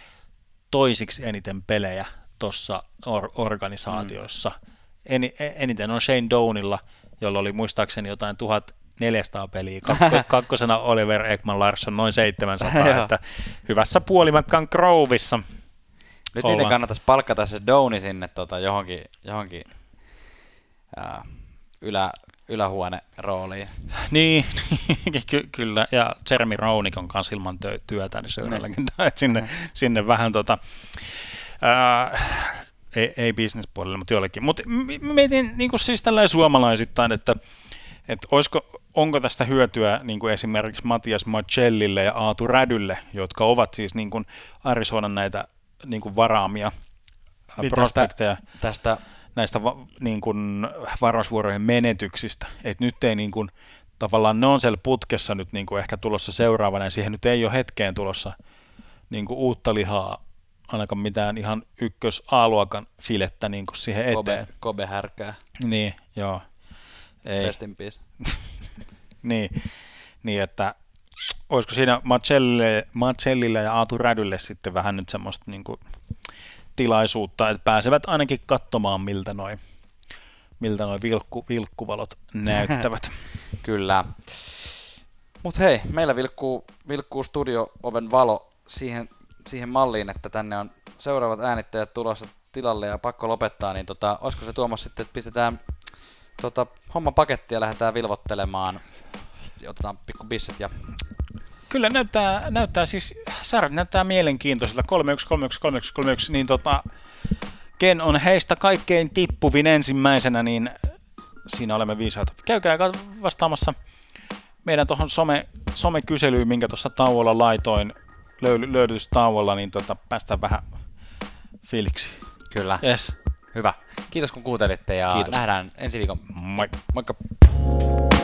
toisiksi eniten pelejä tuossa or- organisaatioissa. Mm. En, eniten on Shane Doanilla, jolla oli muistaakseni jotain tuhatneljäsataa peliä, Kakko, kakkosena Oliver Ekman Larsson noin seitsemänsataa, että hyvässä puolimatkan Grovissa. Nyt niiden kannattaisi palkata se Downey sinne tota, johonkin, johonkin ää, ylä, ylähuone rooliin. Niin, ky- kyllä, ja Jeremy Roenick on kanssa ilman tö- työtä, niin seurallekin sinne, sinne vähän tota... Ää, Ei, ei bisnespuolelle, mutta jollekin. Mutta mietin niin kuin siis tällainen suomalaisittain, että, että olisiko, onko tästä hyötyä niin kuin esimerkiksi Matias Macellille ja Aatu Rädylle, jotka ovat siis niin kuin Arizonan näitä niin kuin varaamia niin prospekteja tästä, tästä näistä va, niin kuin varausvuorojen menetyksistä. Että nyt ei niin kuin, tavallaan ne on siellä putkessa nyt niin kuin ehkä tulossa seuraavana, ja siihen nyt ei ole hetkeen tulossa niin kuin uutta lihaa, ainakaan mitään ihan ykkös A-luokan filettä niin kuin siihen eteen. Kobe, Kobe härkää. Niin, joo. Ei. Rest in peace. niin, niin, että olisiko siinä Macellille, Macellille ja Aatu Rädylle sitten vähän nyt semmoista niin kuin tilaisuutta, että pääsevät ainakin katsomaan, miltä noi, miltä noi vilkku, vilkkuvalot näyttävät. Kyllä. Mutta hei, meillä vilkkuu, vilkkuu studio-oven valo siihen siihen malliin, että tänne on seuraavat äänittäjät tulossa tilalle ja pakko lopettaa, niin tota, olisiko se Tuomas sitten, että pistetään tota, homma pakettia ja lähdetään vilvottelemaan, otetaan pikku bisset ja... Kyllä näyttää, näyttää siis, säädöt näyttää mielenkiintoiselta, kolme yksi, kolme yksi, kolme yksi, kolme yksi, niin tota, ken on heistä kaikkein tippuvin ensimmäisenä, niin siinä olemme viisaita. Käykää vastaamassa meidän tuohon some, somekyselyyn, minkä tuossa tauolla laitoin, löy- löydytystauolla, niin tota, päästään vähän fiiliksi. Kyllä. Yes. Hyvä. Kiitos kun kuuntelitte ja Kiitos. nähdään ensi viikon. Moi. Moikka.